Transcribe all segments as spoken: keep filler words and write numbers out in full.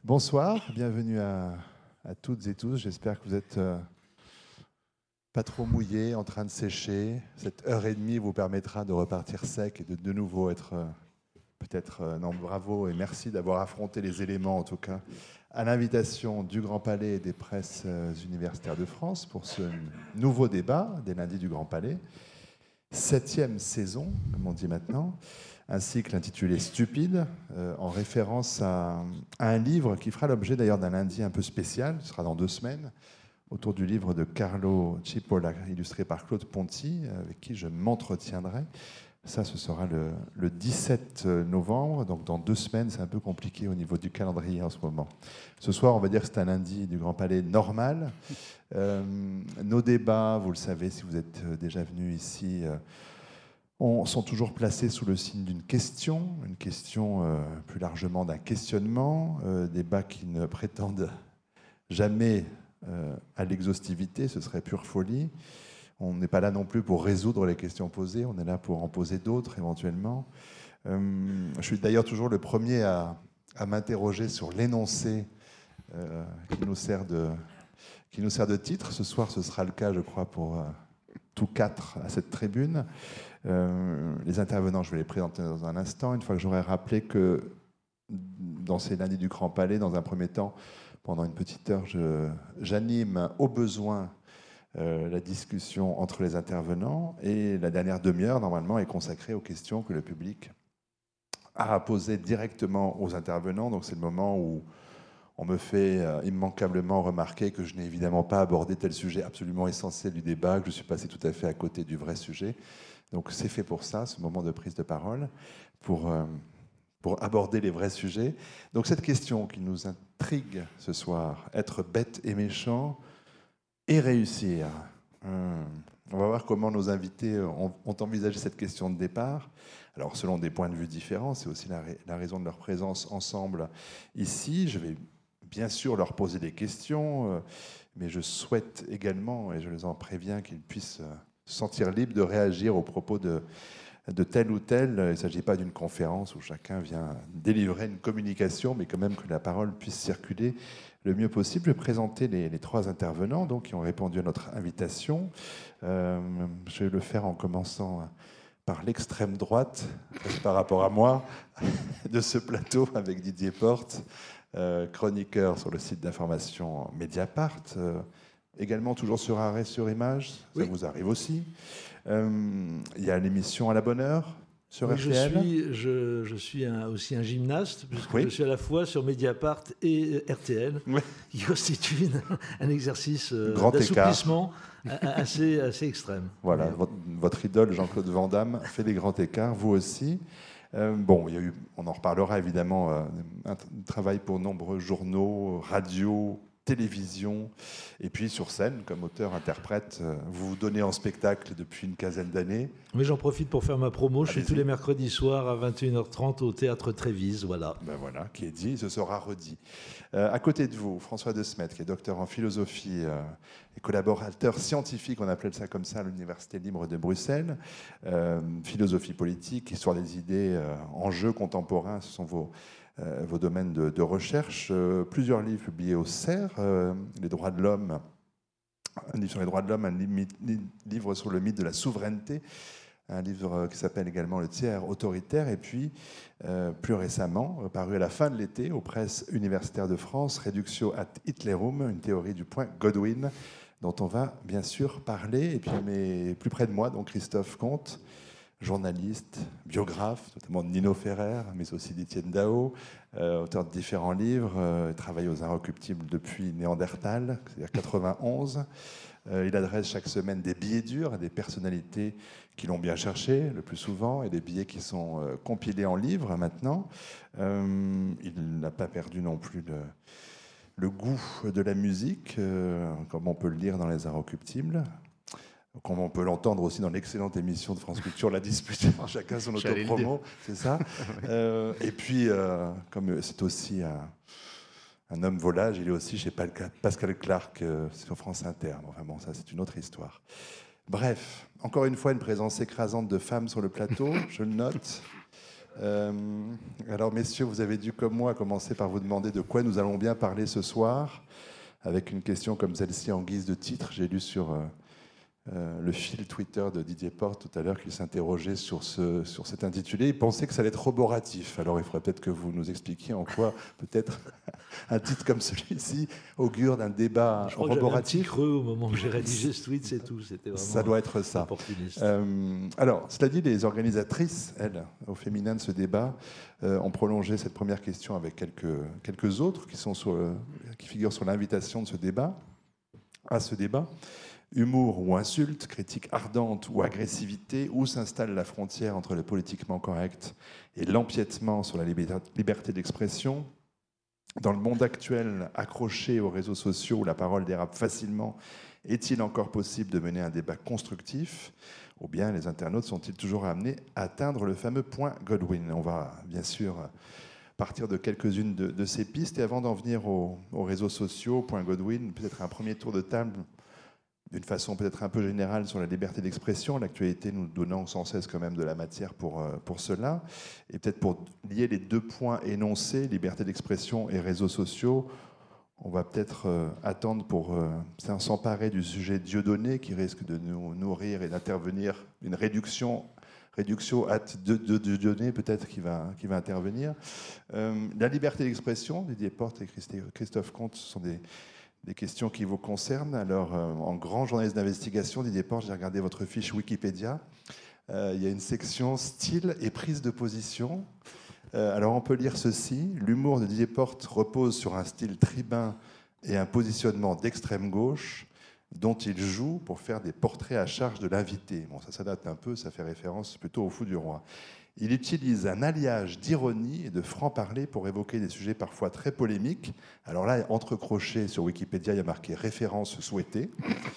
Bonsoir, bienvenue à, à toutes et tous. J'espère que vous êtes euh, pas trop mouillés, en train de sécher. Cette heure et demie vous permettra de repartir sec et de de nouveau être euh, peut-être... euh, non, bravo et merci d'avoir affronté les éléments, en tout cas, à l'invitation du Grand Palais et des presses euh, universitaires de France pour ce nouveau débat des lundis du Grand Palais. Septième saison, comme on dit maintenant. Un cycle intitulé Stupide, euh, en référence à, à un livre qui fera l'objet d'ailleurs d'un lundi un peu spécial, ce sera dans deux semaines, autour du livre de Carlo Cipolla, illustré par Claude Ponty, avec qui je m'entretiendrai. Ça, ce sera le, le dix-sept novembre, donc dans deux semaines, c'est un peu compliqué au niveau du calendrier en ce moment. Ce soir, on va dire que c'est un lundi du Grand Palais normal. Euh, nos débats, vous le savez si vous êtes déjà venus ici, euh, on, sont toujours placés sous le signe d'une question, une question euh, plus largement d'un questionnement, euh, débats qui ne prétendent jamais euh, à l'exhaustivité, ce serait pure folie. On n'est pas là non plus pour résoudre les questions posées, on est là pour en poser d'autres éventuellement. Euh, je suis d'ailleurs toujours le premier à, à m'interroger sur l'énoncé euh, qui nous sert de, qui nous sert de titre. Ce soir, ce sera le cas, je crois, pour euh, tous quatre à cette tribune. Euh, les intervenants, je vais les présenter dans un instant, une fois que j'aurai rappelé que dans ces lundis du Grand Palais, dans un premier temps, pendant une petite heure, je, j'anime au besoin euh, la discussion entre les intervenants, et la dernière demi-heure, normalement, est consacrée aux questions que le public a à poser directement aux intervenants. Donc c'est le moment où on me fait euh, immanquablement remarquer que je n'ai évidemment pas abordé tel sujet absolument essentiel du débat, que je suis passé tout à fait à côté du vrai sujet. Donc c'est fait pour ça, ce moment de prise de parole, pour, euh, pour aborder les vrais sujets. Donc cette question qui nous intrigue ce soir, être bête et méchant et réussir. Hum. On va voir comment nos invités ont, ont envisagé cette question de départ. Alors selon des points de vue différents, c'est aussi la, la raison de leur présence ensemble ici. Je vais bien sûr leur poser des questions, euh, mais je souhaite également, et je les en préviens, qu'ils puissent euh, se sentir libres de réagir aux propos de, de tel ou tel. Il ne s'agit pas d'une conférence où chacun vient délivrer une communication, mais quand même que la parole puisse circuler le mieux possible. Je vais présenter les, les trois intervenants donc, qui ont répondu à notre invitation. Euh, je vais le faire en commençant par l'extrême droite, par rapport à moi, de ce plateau avec Didier Porte, euh, chroniqueur sur le site d'information Mediapart, euh, également toujours sur Arrêt sur Image, ça oui. Vous arrive aussi. Euh, il y a l'émission À la bonne heure sur oui, R T L. Je suis, je, je suis un, aussi un gymnaste, puisque oui. je suis à la fois sur Mediapart et R T L, oui. qui constitue une, un exercice euh, d'assouplissement assez, assez extrême. Voilà, votre, votre idole Jean-Claude Van Damme fait des grands écarts, vous aussi. Euh, bon, il y a eu, on en reparlera évidemment, euh, un travail pour nombreux journaux, radios, télévision, et puis sur scène, comme auteur-interprète, euh, vous vous donnez en spectacle depuis une quinzaine d'années. Oui, j'en profite pour faire ma promo. Je suis tous les mercredis soirs à vingt et une heures trente au Théâtre Trévise, voilà. Ben voilà, qui est dit, ce sera redit. Euh, à côté de vous, François De Smet, qui est docteur en philosophie euh, et collaborateur scientifique, on appelait ça comme ça à l'Université libre de Bruxelles, euh, philosophie politique, histoire des idées, euh, enjeux contemporains, ce sont vos... Euh, vos domaines de, de recherche, euh, plusieurs livres publiés au C E R, euh, les droits de l'homme, un livre sur les droits de l'homme, un li- li- livre sur le mythe de la souveraineté, un livre qui s'appelle également Le tiers autoritaire, et puis euh, plus récemment, paru à la fin de l'été aux presses universitaires de France, Reductio ad Hitlerum, une théorie du point Godwin, dont on va bien sûr parler, et puis mais plus près de moi, donc Christophe Comte, journaliste, biographe, notamment de Nino Ferrer, mais aussi d'Étienne Dao, euh, auteur de différents livres, euh, travaille aux Inrecuptibles depuis Néandertal, c'est-à-dire quatre-vingt-onze. Euh, il adresse chaque semaine des billets durs à des personnalités qui l'ont bien cherché, le plus souvent, et des billets qui sont euh, compilés en livres maintenant. Euh, il n'a pas perdu non plus le, le goût de la musique, euh, comme on peut le lire dans les Inrecuptibles. Comme on peut l'entendre aussi dans l'excellente émission de France Culture, La Dispute, chacun son autopromo, c'est ça. oui. euh, et puis, euh, comme c'est aussi un, un homme volage, il est aussi chez Pascal Clark euh, sur France Inter. Enfin bon, ça c'est une autre histoire. Bref, encore une fois, une présence écrasante de femmes sur le plateau, je le note. Euh, alors, messieurs, vous avez dû, comme moi, commencer par vous demander de quoi nous allons bien parler ce soir, avec une question comme celle-ci en guise de titre. J'ai lu sur euh, euh, le fil Twitter de Didier Porte tout à l'heure qu'il s'interrogeait sur, ce, sur cet intitulé. Il pensait que ça allait être roboratif. Alors, il faudrait peut-être que vous nous expliquiez en quoi, peut-être, un titre comme celui-ci augure d'un débat Je crois roboratif. Que creux au moment où j'ai rédigé ce tweet, c'est tout. C'était vraiment ça doit être ça. Euh, alors, cela dit, les organisatrices, elles, au féminin de ce débat, euh, ont prolongé cette première question avec quelques, quelques autres qui, sont sur, euh, qui figurent sur l'invitation de ce débat, à ce débat. Humour ou insulte, critique ardente ou agressivité, où s'installe la frontière entre le politiquement correct et l'empiètement sur la liberté d'expression? Dans le monde actuel, accroché aux réseaux sociaux où la parole dérape facilement, est-il encore possible de mener un débat constructif? Ou bien les internautes sont-ils toujours amenés à atteindre le fameux point Godwin? On va bien sûr partir de quelques-unes de, de ces pistes. Et avant d'en venir aux, aux réseaux sociaux, point Godwin, peut-être un premier tour de table d'une façon peut-être un peu générale sur la liberté d'expression, l'actualité nous donnant sans cesse quand même de la matière pour, pour cela. Et peut-être pour lier les deux points énoncés, liberté d'expression et réseaux sociaux, on va peut-être euh, attendre pour euh, s'emparer du sujet Dieudonné qui risque de nous nourrir et d'intervenir, une réduction, réduction at de, de, de Dieudonné peut-être qui va, qui va intervenir. Euh, la liberté d'expression, Didier Porte et Christophe Comte, ce sont des... des questions qui vous concernent. Alors, euh, en grand journaliste d'investigation, Didier Porte, j'ai regardé votre fiche Wikipédia. Euh, il y a une section style et prise de position. Euh, alors, on peut lire ceci. L'humour de Didier Porte repose sur un style tribun et un positionnement d'extrême gauche dont il joue pour faire des portraits à charge de l'invité. Bon, ça, ça date un peu, ça fait référence plutôt au Fou du Roi. Il utilise un alliage d'ironie et de franc-parler pour évoquer des sujets parfois très polémiques. Alors là, entre crochets sur Wikipédia, il y a marqué « référence souhaitée ».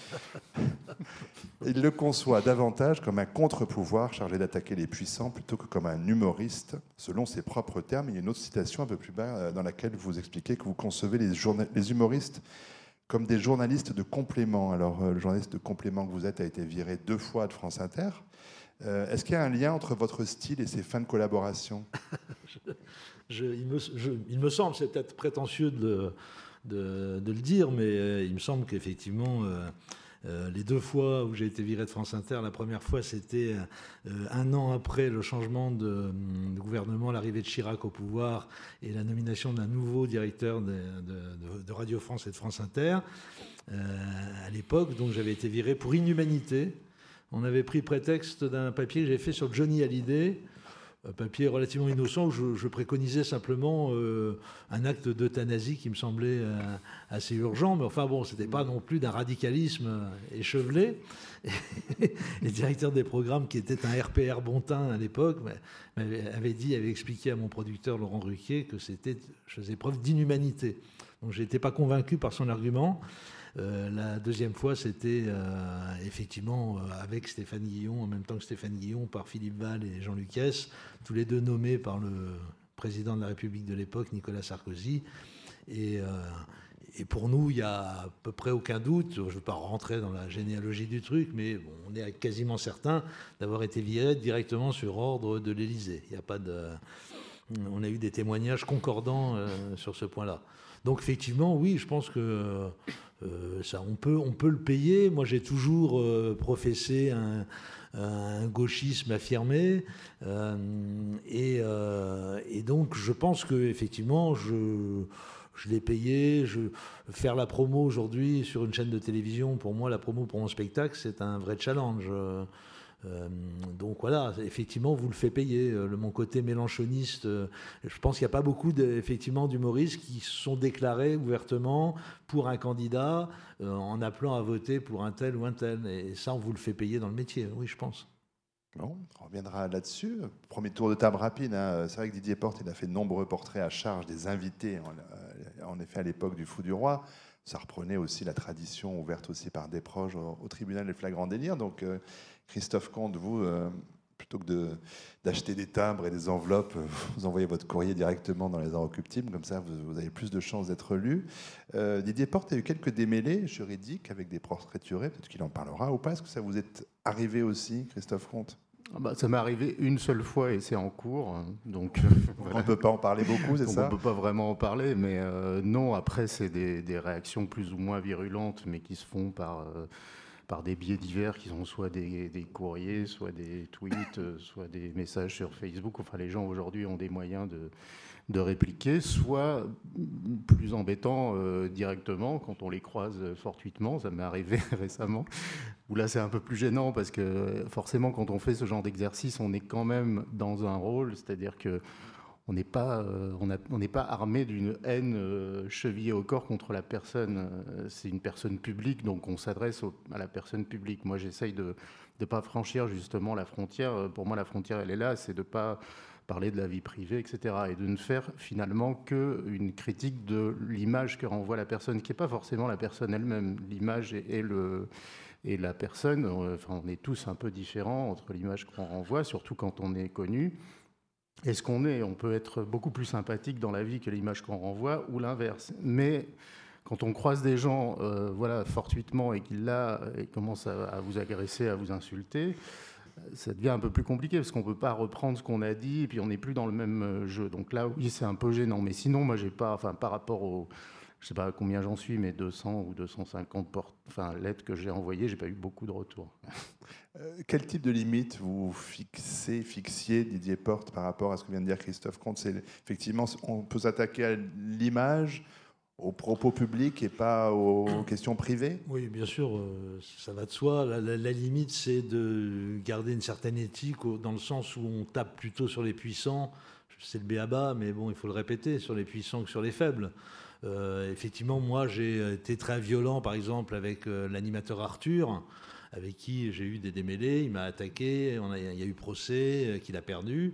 Il le conçoit davantage comme un contre-pouvoir chargé d'attaquer les puissants plutôt que comme un humoriste, selon ses propres termes. Il y a une autre citation un peu plus bas dans laquelle vous expliquez que vous concevez les, les humoristes comme des journalistes de complément. Alors, le journaliste de complément que vous êtes a été viré deux fois de France Inter. Euh, est-ce qu'il y a un lien entre votre style et ses fins de collaboration? je, je, il, me, je, il me semble, c'est peut-être prétentieux de, de, de le dire, mais euh, il me semble qu'effectivement, euh, euh, les deux fois où j'ai été viré de France Inter, la première fois, c'était euh, un an après le changement de, de gouvernement, l'arrivée de Chirac au pouvoir et la nomination d'un nouveau directeur de, de, de Radio France et de France Inter. Euh, à l'époque, donc, j'avais été viré pour inhumanité. On avait pris prétexte d'un papier que j'avais fait sur Johnny Hallyday, un papier relativement innocent où je, je préconisais simplement euh, un acte d'euthanasie qui me semblait euh, assez urgent. Mais enfin bon, c'était pas non plus d'un radicalisme échevelé. Et le directeur des programmes, qui était un R P R bon teint à l'époque, avait dit, avait expliqué à mon producteur Laurent Ruquier que c'était, je faisais preuve d'inhumanité. Donc je n'étais pas convaincu par son argument. Euh, la deuxième fois, c'était euh, effectivement euh, avec Stéphane Guillon, en même temps que Stéphane Guillon, par Philippe Val et Jean Lucas, tous les deux nommés par le président de la République de l'époque, Nicolas Sarkozy. Et, euh, et pour nous, il n'y a à peu près aucun doute, je ne veux pas rentrer dans la généalogie du truc, mais bon, on est quasiment certain d'avoir été viré directement sur ordre de l'Élysée. Il n'y a pas de... On a eu des témoignages concordants euh, sur ce point-là. Donc effectivement, oui, je pense que euh, ça, on peut, on peut le payer. Moi, j'ai toujours euh, professé un, un gauchisme affirmé, euh, et, euh, et donc je pense que effectivement, je, je l'ai payé. Je, faire la promo aujourd'hui sur une chaîne de télévision, pour moi, la promo pour mon spectacle, c'est un vrai challenge. Euh, donc voilà, effectivement, vous le faites payer. Le, mon côté mélanchoniste, euh, je pense qu'il n'y a pas beaucoup effectivement d'humoristes qui se sont déclarés ouvertement pour un candidat euh, en appelant à voter pour un tel ou un tel. Et ça, on vous le fait payer dans le métier, oui, je pense. Bon, on reviendra là-dessus. Premier tour de table rapide. Hein. C'est vrai que Didier Porte, il a fait de nombreux portraits à charge des invités, en, en effet, à l'époque du Fou du Roi. Ça reprenait aussi la tradition ouverte aussi par des proches au, au tribunal des flagrants délires. Donc, euh, Christophe Comte, vous, euh, plutôt que de, d'acheter des timbres et des enveloppes, vous envoyez votre courrier directement dans les Inrecuptibles, comme ça vous, vous avez plus de chances d'être lu. Euh, Didier Porte a eu quelques démêlés juridiques avec des portraits turés, peut-être qu'il en parlera ou pas. Est-ce que ça vous est arrivé aussi, Christophe Comte? Ah bah, ça m'est arrivé une seule fois et c'est en cours. Donc, voilà. On ne peut pas en parler beaucoup, c'est ça? On ne peut pas vraiment en parler, mais euh, non, après, c'est des, des réactions plus ou moins virulentes, mais qui se font par, euh, par des biais divers, qui sont soit des, des courriers, soit des tweets, euh, soit des messages sur Facebook. Enfin, les gens aujourd'hui ont des moyens de, de répliquer, soit plus embêtant euh, directement quand on les croise fortuitement. Ça m'est arrivé récemment, où là c'est un peu plus gênant parce que forcément quand on fait ce genre d'exercice, on est quand même dans un rôle, c'est-à-dire que on n'est pas, euh, on a, on n'est pas armé d'une haine euh, chevillée au corps contre la personne. C'est une personne publique, donc on s'adresse au, à la personne publique. Moi, j'essaye de ne pas franchir justement la frontière. Pour moi, la frontière, elle est là, c'est de ne pas parler de la vie privée, et cetera. Et de ne faire finalement qu'une critique de l'image que renvoie la personne, qui n'est pas forcément la personne elle-même. L'image et, et, le, et la personne, enfin, on est tous un peu différents entre l'image qu'on renvoie, surtout quand on est connu. Et ce qu'on est, on peut être beaucoup plus sympathique dans la vie que l'image qu'on renvoie, ou l'inverse. Mais quand on croise des gens euh, voilà, fortuitement et qu'ils là, et commencent à, à vous agresser, à vous insulter, ça devient un peu plus compliqué parce qu'on ne peut pas reprendre ce qu'on a dit et puis on n'est plus dans le même jeu. Donc là, oui, c'est un peu gênant. Mais sinon, moi, j'ai pas, enfin, par rapport au, je ne sais pas combien j'en suis, mais deux cents ou deux cent cinquante portes, enfin, lettres que j'ai envoyées, je n'ai pas eu beaucoup de retours. Euh, quel type de limite vous fixez, fixiez, Didier Porte, par rapport à ce que vient de dire Christophe Comte? C'est effectivement, on peut s'attaquer à l'image, aux propos publics et pas aux questions privées? Oui, bien sûr, euh, ça va de soi. La, la, la limite, c'est de garder une certaine éthique au, dans le sens où on tape plutôt sur les puissants. C'est le b.a.-ba, mais bon, il faut le répéter, sur les puissants que sur les faibles. Euh, effectivement, moi, j'ai été très violent, par exemple, avec euh, l'animateur Arthur, avec qui j'ai eu des démêlés. Il m'a attaqué, on a, il y a eu procès, euh, qu'il a perdu.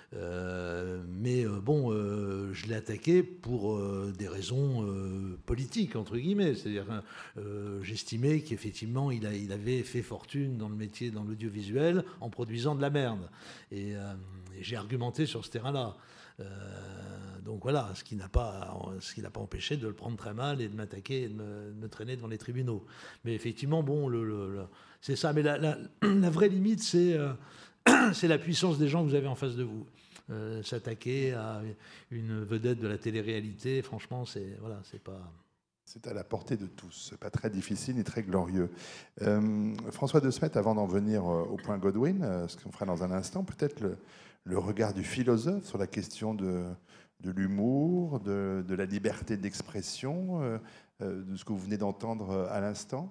Euh, mais euh, bon, euh, je l'ai attaqué pour euh, des raisons euh, politiques, entre guillemets. C'est-à-dire, euh, j'estimais qu'effectivement, il, a, il avait fait fortune dans le métier, dans l'audiovisuel, en produisant de la merde. Et, euh, et j'ai argumenté sur ce terrain-là. Euh, donc voilà, ce qui n'a pas, ce qui n'a pas empêché de le prendre très mal et de m'attaquer et de me, de me traîner devant les tribunaux. Mais effectivement, bon, le, le, le, c'est ça. Mais la, la, la vraie limite, c'est, euh, c'est la puissance des gens que vous avez en face de vous. Euh, s'attaquer à une vedette de la télé-réalité, franchement, c'est voilà, c'est pas. C'est à la portée de tous. C'est pas très difficile ni très glorieux. Euh, François De Smet, avant d'en venir au point Godwin, euh, ce qu'on fera dans un instant, peut-être le, le regard du philosophe sur la question de, de l'humour, de, de la liberté d'expression, euh, euh, de ce que vous venez d'entendre à l'instant.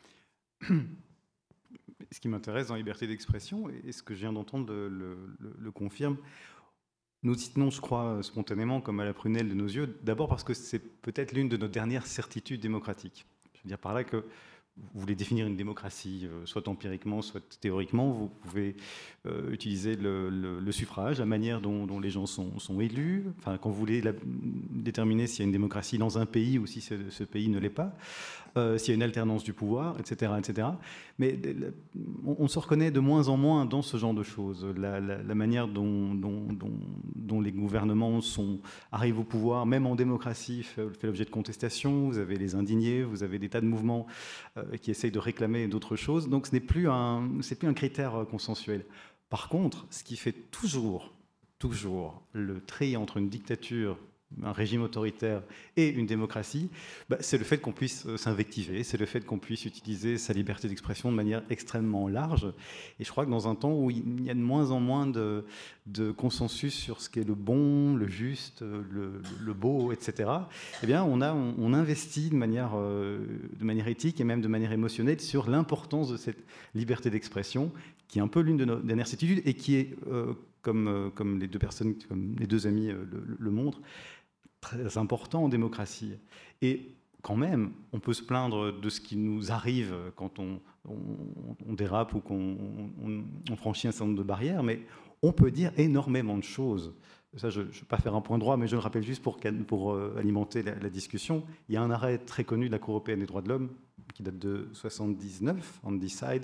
Ce qui m'intéresse dans la liberté d'expression, et ce que je viens d'entendre le, le, le, le confirme, nous y tenons, je crois, spontanément, comme à la prunelle de nos yeux, d'abord parce que c'est peut-être l'une de nos dernières certitudes démocratiques. Je veux dire par là que vous voulez définir une démocratie, euh, soit empiriquement, soit théoriquement, vous pouvez euh, utiliser le, le, le suffrage, la manière dont, dont les gens sont, sont élus, enfin, quand vous voulez la, déterminer s'il y a une démocratie dans un pays ou si ce, ce pays ne l'est pas, euh, s'il y a une alternance du pouvoir, et cetera, et cetera. Mais on, on se reconnaît de moins en moins dans ce genre de choses. La, la, la manière dont, dont, dont, dont les gouvernements sont, arrivent au pouvoir, même en démocratie, fait, fait l'objet de contestations. Vous avez les indignés, vous avez des tas de mouvements euh, qui essayent de réclamer d'autres choses. Donc ce n'est plus un, c'est plus un critère consensuel. Par contre, ce qui fait toujours, toujours le tri entre une dictature, un régime autoritaire et une démocratie, bah, c'est le fait qu'on puisse s'invectiver, c'est le fait qu'on puisse utiliser sa liberté d'expression de manière extrêmement large. Et je crois que dans un temps où il y a de moins en moins de, de consensus sur ce qu'est le bon, le juste, le, le beau, et cetera, eh bien, on, a, on, on investit de manière, euh, de manière éthique et même de manière émotionnelle sur l'importance de cette liberté d'expression, qui est un peu l'une de nos dernières certitudes et qui est, euh, comme, euh, comme les deux personnes, comme les deux amis euh, le, le montrent, très important en démocratie. Et quand même, on peut se plaindre de ce qui nous arrive quand on, on, on dérape ou qu'on on, on franchit un certain nombre de barrières, mais on peut dire énormément de choses. Ça, je ne vais pas faire un point droit, mais je le rappelle juste pour, pour euh, alimenter la, la discussion. Il y a un arrêt très connu de la Cour européenne des droits de l'homme qui date de soixante-dix-neuf, On Decide,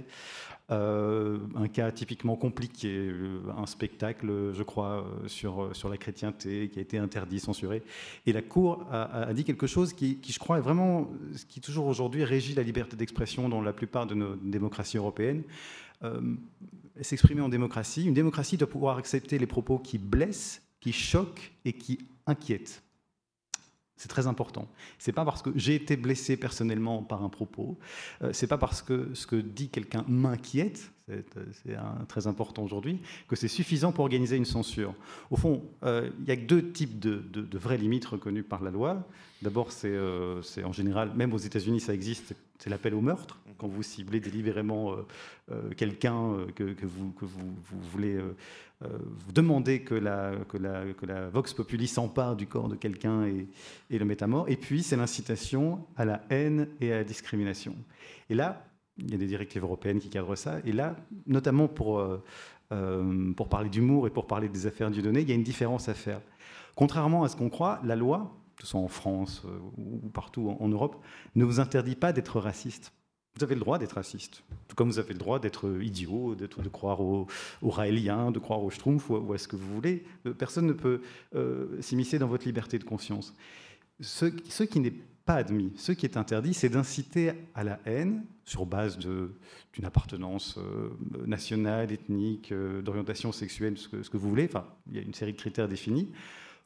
euh, un cas typiquement compliqué, un spectacle, je crois, sur, sur la chrétienté qui a été interdit, censuré. Et la Cour a, a dit quelque chose qui, qui, je crois, est vraiment, qui toujours aujourd'hui régit la liberté d'expression dans la plupart de nos démocraties européennes. Euh, s'exprimer en démocratie. Une démocratie doit pouvoir accepter les propos qui blessent, qui choquent et qui inquiètent. C'est très important. C'est pas parce que j'ai été blessé personnellement par un propos, euh, c'est pas parce que ce que dit quelqu'un m'inquiète, c'est, c'est un, très important aujourd'hui, que c'est suffisant pour organiser une censure. Au fond, euh, il y a que deux types de, de, de vraies limites reconnues par la loi. D'abord, c'est, euh, c'est en général, même aux États-Unis, ça existe, c'est l'appel au meurtre. Quand vous ciblez délibérément euh, euh, quelqu'un euh, que, que, vous, que vous, vous voulez euh, euh, vous demandez que la, que, la, que la vox populi s'empare du corps de quelqu'un et, et le mette à mort. Et puis, c'est l'incitation à la haine et à la discrimination. Et là, il y a des directives européennes qui cadrent ça. Et là, notamment pour, euh, euh, pour parler d'humour et pour parler des affaires Dieudonné, il y a une différence à faire. Contrairement à ce qu'on croit, la loi, que ce soit en France euh, ou partout en, en Europe, ne vous interdit pas d'être raciste. Vous avez le droit d'être raciste, tout comme vous avez le droit d'être idiot, de, de croire aux, aux raéliens, de croire aux schtroumpfs ou à ce que vous voulez. Personne ne peut euh, s'immiscer dans votre liberté de conscience. Ce, ce qui n'est pas admis, ce qui est interdit, c'est d'inciter à la haine sur base de, d'une appartenance euh, nationale, ethnique, euh, d'orientation sexuelle, ce que, ce que vous voulez. Enfin, il y a une série de critères définis. Pourquoi ?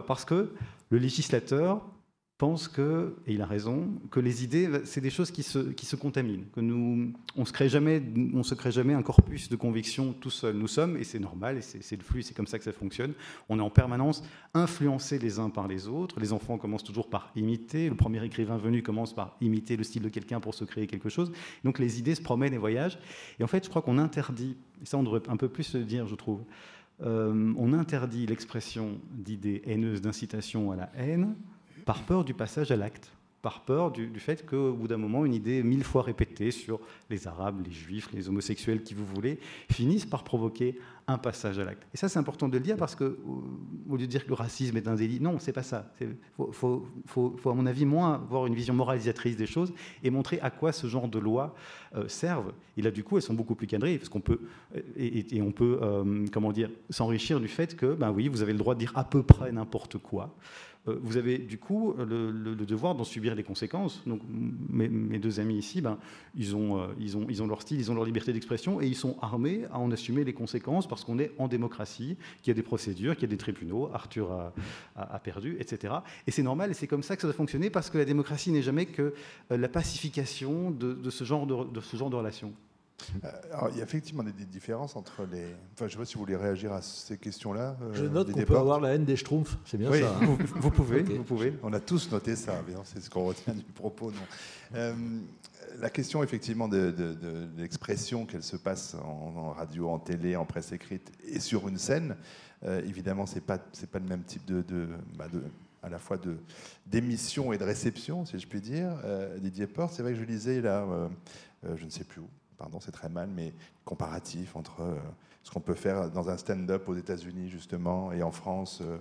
Parce que le législateur pense que, et il a raison, que les idées, c'est des choses qui se, qui se contaminent, que nous, on ne se crée jamais, on se crée jamais un corpus de conviction tout seul. Nous sommes, et c'est normal, et c'est, c'est le flux, c'est comme ça que ça fonctionne, on est en permanence influencés les uns par les autres. Les enfants commencent toujours par imiter, le premier écrivain venu commence par imiter le style de quelqu'un pour se créer quelque chose. Donc les idées se promènent et voyagent. Et en fait, je crois qu'on interdit, et ça on devrait un peu plus le dire, je trouve, euh, on interdit l'expression d'idées haineuses, d'incitation à la haine, par peur du passage à l'acte, par peur du, du fait qu'au bout d'un moment, une idée mille fois répétée sur les Arabes, les Juifs, les homosexuels, qui vous voulez, finisse par provoquer un passage à l'acte. Et ça, c'est important de le dire parce que, au lieu de dire que le racisme est un délit, non, c'est pas ça. Il faut, faut, faut, faut, à mon avis, moins avoir une vision moralisatrice des choses et montrer à quoi ce genre de lois euh, servent. Et là, du coup, elles sont beaucoup plus cadrées parce qu'on peut, et, et on peut, euh, comment dire, s'enrichir du fait que, ben oui, vous avez le droit de dire à peu près n'importe quoi. Vous avez du coup le, le, le devoir d'en subir les conséquences. Donc mes, mes deux amis ici, ben, ils, ont, euh, ils, ont, ils ont leur style, ils ont leur liberté d'expression et ils sont armés à en assumer les conséquences parce qu'on est en démocratie, qu'il y a des procédures, qu'il y a des tribunaux, Arthur a, a, a perdu, et cetera. Et c'est normal et c'est comme ça que ça doit fonctionner parce que la démocratie n'est jamais que la pacification de, de, ce, genre de, de ce genre de relations. Alors, il y a effectivement des, des différences entre les... Enfin, je ne sais pas si vous voulez réagir à ces questions-là. Euh, je note qu'on peut avoir la haine des schtroumpfs, c'est bien oui. ça. Hein. Vous, vous, pouvez, okay. vous pouvez. On a tous noté ça, mais non, c'est ce qu'on retient du propos. Non. Euh, la question, effectivement, de, de, de l'expression, qu'elle se passe en, en radio, en télé, en presse écrite et sur une scène, euh, évidemment, ce n'est pas, c'est pas le même type de... de, bah de à la fois de, d'émission et de réception, si je puis dire. Euh, Didier Portes, c'est vrai que je lisais là, euh, euh, je ne sais plus où, pardon, c'est très mal, mais comparatif entre euh, ce qu'on peut faire dans un stand-up aux États-Unis, justement, et en France, euh,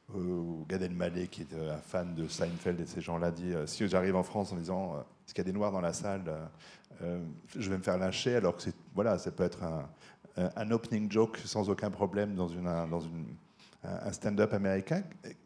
où Gad Elmaleh, qui est un fan de Seinfeld et ces gens-là, dit euh, si j'arrive en France en disant euh, est-ce qu'il y a des noirs dans la salle, euh, je vais me faire lyncher, alors que c'est, voilà, ça peut être un, un opening joke sans aucun problème dans, une, dans une, un stand-up américain.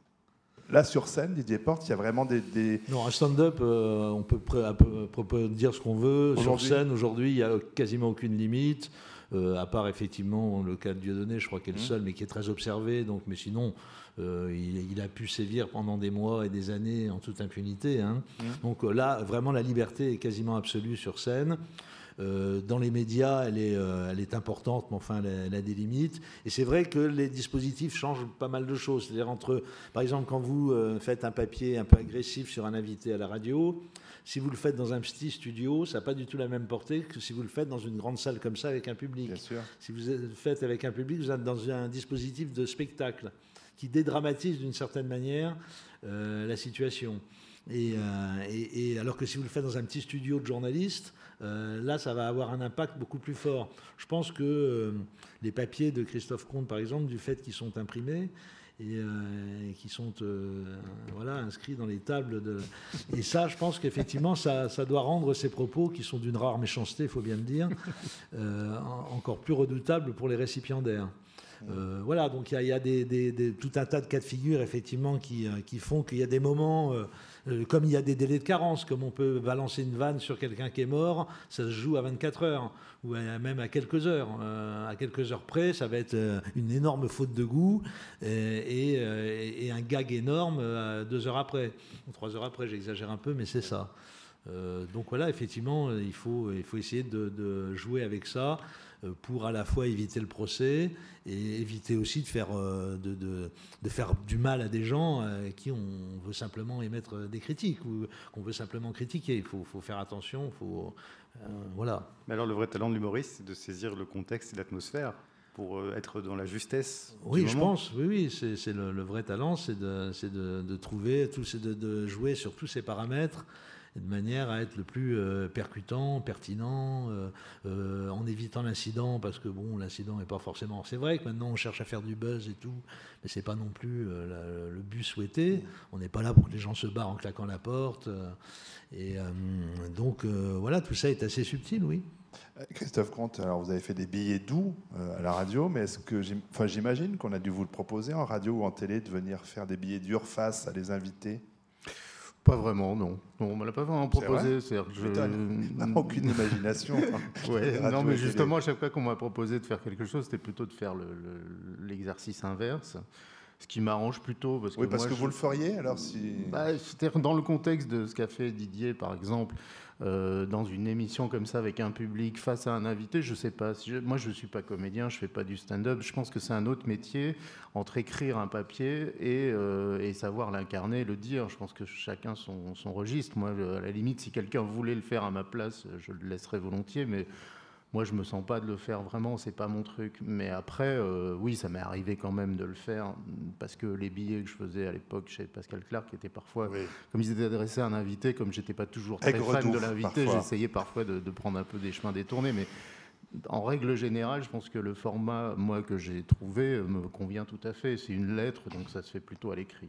Là, sur scène, Didier Portes, il y a vraiment des... des... Non, un stand-up, euh, on peut, pré- peu, peut dire ce qu'on veut. Sur scène, aujourd'hui, il n'y a quasiment aucune limite, euh, à part effectivement le cas de Dieudonné, je crois qu'il est le seul, mmh. mais qui est très observé. Donc, mais sinon, euh, il, il a pu sévir pendant des mois et des années en toute impunité. Hein. Mmh. Donc euh, là, vraiment, la liberté est quasiment absolue sur scène. Euh, dans les médias, elle est, euh, elle est importante, mais enfin, elle a, elle a des limites. Et c'est vrai que les dispositifs changent pas mal de choses. C'est-à-dire, entre, par exemple, quand vous euh, faites un papier un peu agressif sur un invité à la radio, si vous le faites dans un petit studio, ça n'a pas du tout la même portée que si vous le faites dans une grande salle comme ça avec un public. Bien sûr. Si vous le faites avec un public, vous êtes dans un dispositif de spectacle qui dédramatise d'une certaine manière euh, la situation. Et, euh, et, et alors que si vous le faites dans un petit studio de journalistes, euh, là, ça va avoir un impact beaucoup plus fort. Je pense que euh, les papiers de Christophe Comte, par exemple, du fait qu'ils sont imprimés et, euh, et qui sont euh, voilà, inscrits dans les tables de... Et ça, je pense qu'effectivement, ça, ça doit rendre ces propos, qui sont d'une rare méchanceté, il faut bien le dire, euh, encore plus redoutables pour les récipiendaires. Euh, voilà, donc il y a, y a des, des, des, tout un tas de cas de figure, effectivement, qui, euh, qui font qu'il y a des moments... Euh, Euh, comme il y a des délais de carence, comme on peut balancer une vanne sur quelqu'un qui est mort, ça se joue à vingt-quatre heures, ou à, même à quelques heures. Euh, à quelques heures près, ça va être euh, une énorme faute de goût et, et, euh, et un gag énorme euh, deux heures après, ou trois heures après, j'exagère un peu, mais c'est ça. Euh, donc voilà, effectivement, il faut, il faut essayer de, de jouer avec ça pour à la fois éviter le procès et éviter aussi de faire, de, de, de faire du mal à des gens à qui on veut simplement émettre des critiques ou qu'on veut simplement critiquer. Il faut, faut faire attention, il faut... Euh, voilà. Mais alors le vrai talent de l'humoriste, c'est de saisir le contexte et l'atmosphère pour être dans la justesse. Oui, du je moment. pense. Oui, oui, c'est, c'est le, le vrai talent, c'est de, c'est de, de trouver, tout, c'est de, de jouer sur tous ces paramètres de manière à être le plus euh, percutant, pertinent, euh, euh, en évitant l'incident, parce que bon, l'incident n'est pas forcément... C'est vrai que maintenant on cherche à faire du buzz et tout, mais c'est pas non plus euh, la, le but souhaité. On n'est pas là pour que les gens se barrent en claquant la porte. Euh, et euh, donc euh, voilà, tout ça est assez subtil, oui. Christophe Comte, alors vous avez fait des billets doux euh, à la radio, mais est-ce que j'im... enfin, j'imagine qu'on a dû vous le proposer en radio ou en télé de venir faire des billets durs face à les invités? Pas vraiment, non. non on ne me l'a pas vraiment proposé. C'est je... je... aucune imagination. ouais, non, mais justement, à chaque fois qu'on m'a proposé de faire quelque chose, c'était plutôt de faire le, le, l'exercice inverse. Ce qui m'arrange plutôt. Parce que oui, parce moi, que je... vous le feriez alors si... bah, c'est-à-dire dans le contexte de ce qu'a fait Didier, par exemple, euh, dans une émission comme ça, avec un public, face à un invité, je ne sais pas. Si je... Moi, je ne suis pas comédien, je ne fais pas du stand-up. Je pense que c'est un autre métier entre écrire un papier et, euh, et savoir l'incarner, le dire. Je pense que chacun son, son registre. Moi, à la limite, si quelqu'un voulait le faire à ma place, je le laisserais volontiers, mais... Moi, je ne me sens pas de le faire vraiment, ce n'est pas mon truc. Mais après, euh, oui, ça m'est arrivé quand même de le faire, parce que les billets que je faisais à l'époque chez Pascal Clark étaient parfois, oui. comme ils étaient adressés à un invité, comme je n'étais pas toujours très Aigre fan de l'invité, j'essayais parfois de, de prendre un peu des chemins détournés. Mais en règle générale, je pense que le format, moi, que j'ai trouvé, me convient tout à fait. C'est une lettre, donc ça se fait plutôt à l'écrit.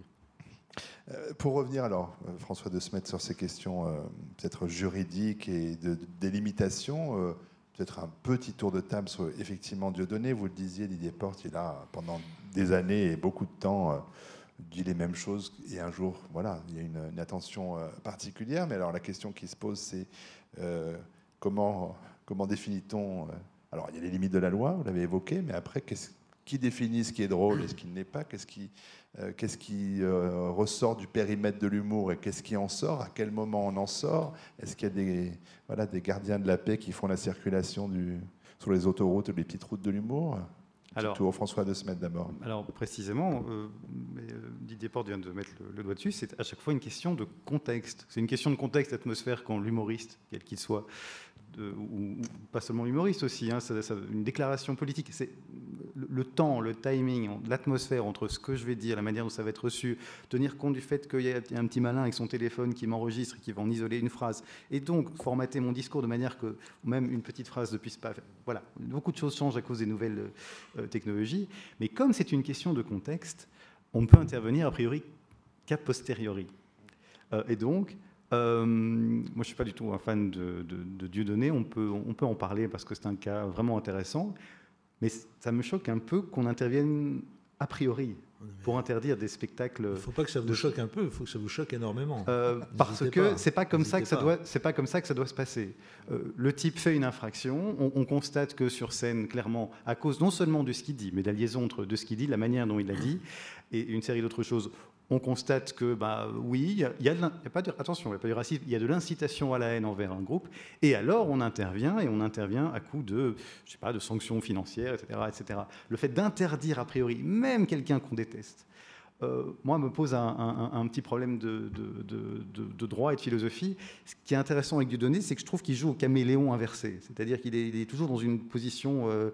Euh, pour revenir alors, euh, François de Smet, sur ces questions euh, peut-être juridiques et de, de délimitation, euh, peut-être un petit tour de table sur effectivement Dieudonné. Vous le disiez, Didier Porte, il a pendant des années et beaucoup de temps euh, dit les mêmes choses. Et un jour, voilà, il y a une, une attention euh, particulière. Mais alors la question qui se pose, c'est euh, comment, comment définit-on euh, alors il y a les limites de la loi, vous l'avez évoqué, mais après, qu'est-ce, qui définit ce qui est drôle et ce qui ne l'est pas? Qu'est-ce qui, euh, qu'est-ce qui euh, ressort du périmètre de l'humour et qu'est-ce qui en sort? À quel moment on en sort? Est-ce qu'il y a des, voilà, des gardiens de la paix qui font la circulation du, sur les autoroutes ou les petites routes de l'humour? Alors, tour, François de Smet d'abord. Alors précisément, euh, Didier Porte vient de mettre le, le doigt dessus, c'est à chaque fois une question de contexte. C'est une question de contexte, d'atmosphère quand l'humoriste, quel qu'il soit, de, ou, ou pas seulement l'humoriste aussi, hein, ça, ça, une déclaration politique, c'est le, le temps, le timing, l'atmosphère entre ce que je vais dire, la manière dont ça va être reçu, tenir compte du fait qu'il y a un petit malin avec son téléphone qui m'enregistre et qui va en isoler une phrase, et donc formater mon discours de manière que même une petite phrase ne puisse pas... Voilà, beaucoup de choses changent à cause des nouvelles euh, technologies, mais comme c'est une question de contexte, on ne peut intervenir a priori qu'a posteriori. Euh, et donc... Euh, moi, je ne suis pas du tout un fan de, de, de Dieudonné. On peut, on peut en parler parce que c'est un cas vraiment intéressant. Mais ça me choque un peu qu'on intervienne a priori pour interdire des spectacles. Il ne faut pas que ça vous de... choque un peu, il faut que ça vous choque énormément. Euh, parce que c'est pas comme ça que ça doit, c'est pas comme ça que ça doit se passer. Euh, le type fait une infraction. On, on constate que sur scène, clairement, à cause non seulement de ce qu'il dit, mais de la liaison entre de ce qu'il dit, la manière dont il l'a dit, et une série d'autres choses. On constate que, bah, oui, il y a, y a de, y a pas de, attention, il n'y a pas de racisme, il y a de l'incitation à la haine envers un groupe, et alors on intervient, et on intervient à coup de, je sais pas, de sanctions financières, et cetera, et cetera. Le fait d'interdire a priori, même quelqu'un qu'on déteste, euh, moi, me pose un, un, un petit problème de, de, de, de, de droit et de philosophie. Ce qui est intéressant avec Dieudonné, c'est que je trouve qu'il joue au caméléon inversé, c'est-à-dire qu'il est, il est toujours dans une position euh,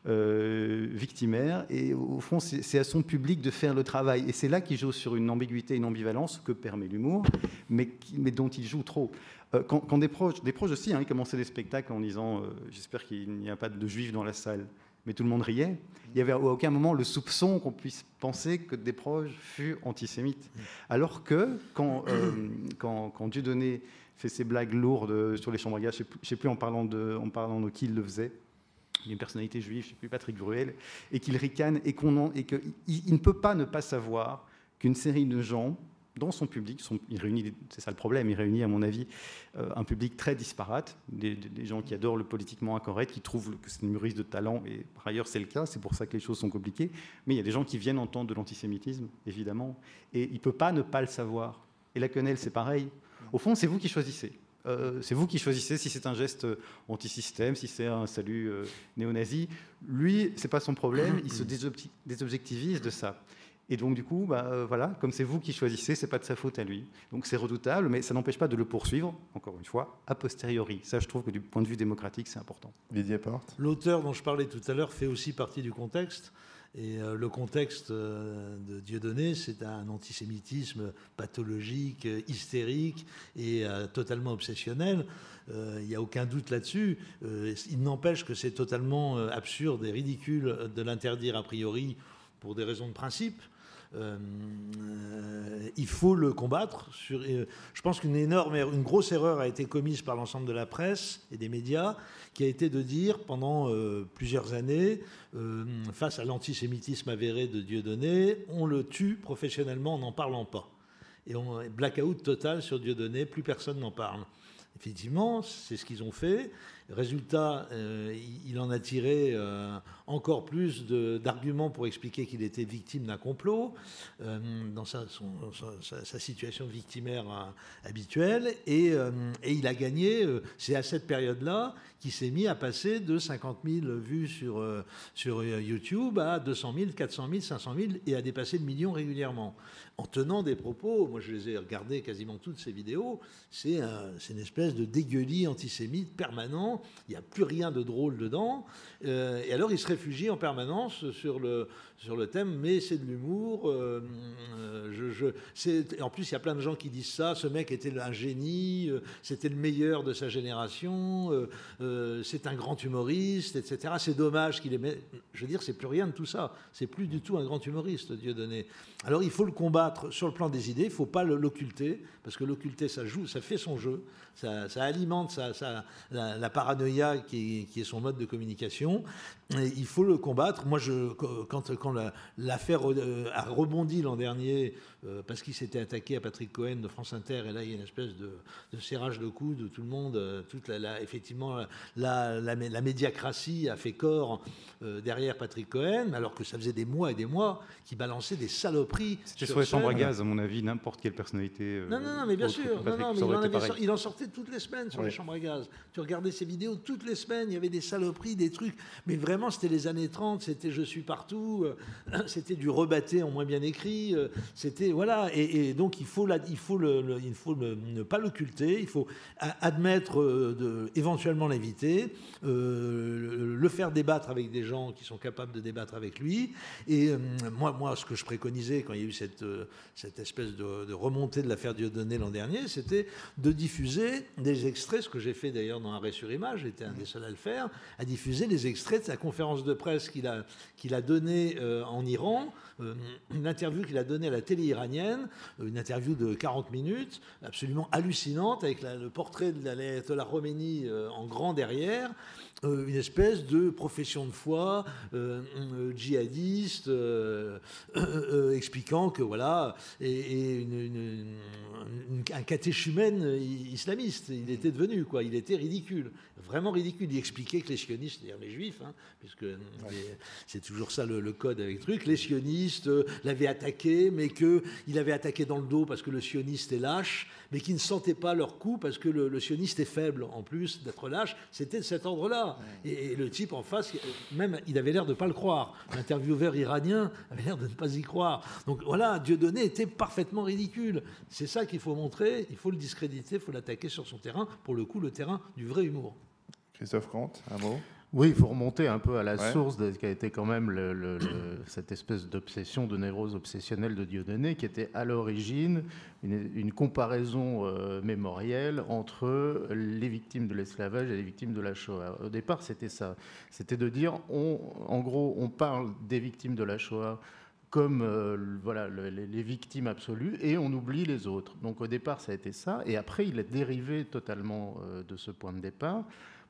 euh, victimaire, et au fond, c'est, c'est à son public de faire le travail. Et c'est là qu'il joue sur une ambiguïté, une ambivalence que permet l'humour, mais, mais dont il joue trop. Euh, quand, quand des proches, des proches aussi, hein, ils commençaient des spectacles en disant euh, « j'espère qu'il n'y a pas de juifs dans la salle ». Mais tout le monde riait. Il n'y avait à aucun moment le soupçon qu'on puisse penser que Desproges fut antisémite. Alors que quand, euh, quand, quand Dieudonné fait ses blagues lourdes sur les chambres à gaz, je ne sais plus en parlant de, en parlant de qui il le faisait, il y a une personnalité juive, je ne sais plus, Patrick Bruel, et qu'il ricane et, qu'on en, et qu'il il ne peut pas ne pas savoir qu'une série de gens dans son public, son, il réunit, c'est ça le problème, il réunit à mon avis euh, un public très disparate, des, des, des gens qui adorent le politiquement incorrect, qui trouvent que c'est une humoriste de talent, et par ailleurs c'est le cas, c'est pour ça que les choses sont compliquées, mais il y a des gens qui viennent entendre de l'antisémitisme, évidemment, et il ne peut pas ne pas le savoir. Et la quenelle, c'est pareil. Au fond, c'est vous qui choisissez. Euh, c'est vous qui choisissez si c'est un geste anti-système, si c'est un salut euh, néo-nazi. Lui, c'est pas son problème, il se désobjecti- désobjectivise de ça. Et donc, du coup, bah, euh, voilà, comme c'est vous qui choisissez, c'est pas de sa faute à lui. Donc, c'est redoutable, mais ça n'empêche pas de le poursuivre, encore une fois, a posteriori. Ça, je trouve que du point de vue démocratique, c'est important. Didier Porte. L'auteur dont je parlais tout à l'heure fait aussi partie du contexte. Et euh, le contexte euh, de Dieudonné, c'est un antisémitisme pathologique, euh, hystérique et euh, totalement obsessionnel. Euh, il n'y a aucun doute là-dessus. Euh, il n'empêche que c'est totalement euh, absurde et ridicule de l'interdire a priori pour des raisons de principe. Euh, euh, il faut le combattre. Sur, euh, je pense qu'une énorme, une grosse erreur a été commise par l'ensemble de la presse et des médias, qui a été de dire pendant euh, plusieurs années, euh, face à l'antisémitisme avéré de Dieudonné, on le tue professionnellement en n'en parlant pas. Et on blackout total sur Dieudonné, plus personne n'en parle. Effectivement, c'est ce qu'ils ont fait. Résultat, euh, il en a tiré euh, encore plus de, d'arguments pour expliquer qu'il était victime d'un complot euh, dans sa, son, sa, sa situation victimaire euh, habituelle. Et, euh, et il a gagné. Euh, c'est à cette période-là qu'il s'est mis à passer de cinquante mille vues sur, euh, sur YouTube à deux cent mille, quatre cent mille, cinq cent mille et à dépasser le million régulièrement. En tenant des propos, moi je les ai regardés quasiment toutes ces vidéos, c'est, un, c'est une espèce de dégueulis antisémite permanent, il n'y a plus rien de drôle dedans, euh, et alors il se réfugie en permanence sur le, sur le thème, mais c'est de l'humour, euh, je, je, c'est, en plus il y a plein de gens qui disent ça, ce mec était un génie, euh, c'était le meilleur de sa génération, euh, euh, c'est un grand humoriste, et cetera. C'est dommage qu'il ait... Je veux dire, c'est plus rien de tout ça, c'est plus du tout un grand humoriste, Dieudonné. Alors il faut le combattre sur le plan des idées, il ne faut pas l'occulter, parce que l'occulter, ça joue, ça fait son jeu, ça, ça alimente ça, ça, la, la paranoïa qui est, qui est son mode de communication. Et il faut le combattre. Moi, je, quand, quand la, l'affaire a rebondi l'an dernier, euh, parce qu'il s'était attaqué à Patrick Cohen de France Inter, et là, il y a une espèce de, de serrage de coude de tout le monde. Toute la, la, effectivement, la, la, la médiacratie a fait corps euh, derrière Patrick Cohen, alors que ça faisait des mois et des mois qu'il balançait des saloperies. C'était sur les chambres à gaz, à mon avis, n'importe quelle personnalité. Euh, non, non, non, mais bien sûr. Non, non, mais il, en avait, il en sortait toutes les semaines sur oui. les chambres à gaz. Tu regardais ses vidéos toutes les semaines, il y avait des saloperies, des trucs. Mais vraiment, c'était les années trente, c'était Je suis partout, euh, c'était du rebatté en moins bien écrit. Euh, c'était, voilà. Et, et donc, il faut, la, il faut, le, le, il faut le, ne pas l'occulter, il faut admettre, euh, de, éventuellement l'inviter, euh, le, le faire débattre avec des gens qui sont capables de débattre avec lui. Et euh, moi, moi, ce que je préconisais quand il y a eu cette, euh, cette espèce de, de remontée de l'affaire Dieudonné l'an dernier, c'était de diffuser des extraits, ce que j'ai fait d'ailleurs dans Arrêt sur Image, j'étais un des seuls à le faire, à diffuser les extraits de sa conférence de presse qu'il a, qu'il a donnée euh, en Iran, euh, une interview qu'il a donnée à la télé iranienne, une interview de quarante minutes, absolument hallucinante, avec la, le portrait de l'ayatollah Khomeini euh, en grand derrière, euh, une espèce de profession de foi euh, euh, djihadiste, euh, euh, euh, expliquant que voilà, et, et une, une, une, un catéchumène islamiste, il était devenu, quoi, il était ridicule, vraiment ridicule. Il expliquait que les sionistes, c'est-à-dire les juifs, hein, puisque ouais. les, c'est toujours ça le, le code avec le truc, les sionistes euh, l'avaient attaqué, mais qu'il avait attaqué dans le dos parce que le sioniste est lâche, mais qu'ils ne sentaient pas leur coup parce que le, le sioniste est faible, en plus d'être lâche. C'était de cet ordre-là. Ouais. Et, et le type en face, même, il avait l'air de ne pas le croire. L'intervieweur iranien avait l'air de ne pas y croire. Donc voilà, Dieudonné était parfaitement ridicule. C'est ça qu'il faut montrer, il faut le discréditer, il faut l'attaquer sur son terrain, pour le coup, le terrain du vrai humour. Christophe Comte, un mot ? Oui, il faut remonter un peu à la ouais. source de ce qui a été quand même le, le, le, cette espèce d'obsession, de névrose obsessionnelle de Dieudonné, qui était à l'origine une, une comparaison euh, mémorielle entre les victimes de l'esclavage et les victimes de la Shoah. Au départ, c'était ça. C'était de dire, on, en gros, on parle des victimes de la Shoah comme euh, voilà, le, les, les victimes absolues, et on oublie les autres. Donc au départ, ça a été ça, et après, il a dérivé totalement euh, de ce point de départ,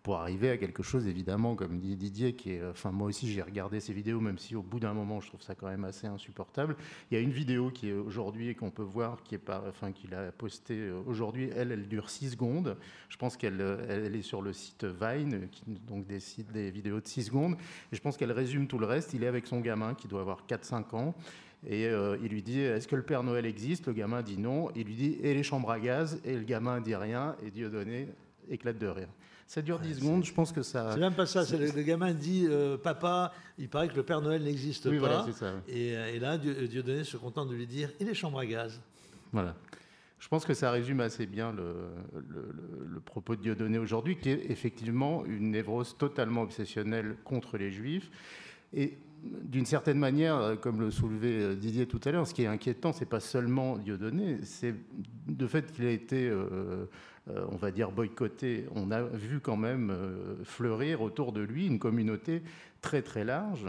pour arriver à quelque chose, évidemment, comme dit Didier, qui est... Enfin, moi aussi, j'ai regardé ces vidéos, même si au bout d'un moment, je trouve ça quand même assez insupportable. Il y a une vidéo qui est aujourd'hui, et qu'on peut voir, qui est par, enfin, qu'il a postée aujourd'hui. Elle, elle dure six secondes. Je pense qu'elle elle est sur le site Vine, qui donc décide des vidéos de six secondes. Et je pense qu'elle résume tout le reste. Il est avec son gamin, qui doit avoir quatre cinq ans. Et euh, il lui dit, est-ce que le Père Noël existe? Le gamin dit non. Il lui dit, et les chambres à gaz? Et le gamin dit rien. Et Dieudonné éclate de rire. Ça dure dix ouais, secondes, je pense que ça... C'est même pas ça. C'est le, le gamin dit, euh, papa, il paraît que le Père Noël n'existe oui, pas. Voilà, c'est ça, oui. et, et là, Dieudonné se contente de lui dire, et les chambres à gaz? Voilà. Je pense que ça résume assez bien le, le, le, le propos de Dieudonné aujourd'hui, qui est effectivement une névrose totalement obsessionnelle contre les Juifs. Et d'une certaine manière, comme le soulevait Didier tout à l'heure, ce qui est inquiétant, c'est pas seulement Dieudonné, c'est le fait qu'il a été, euh, euh, on va dire, boycotté. On a vu quand même euh, fleurir autour de lui une communauté très très large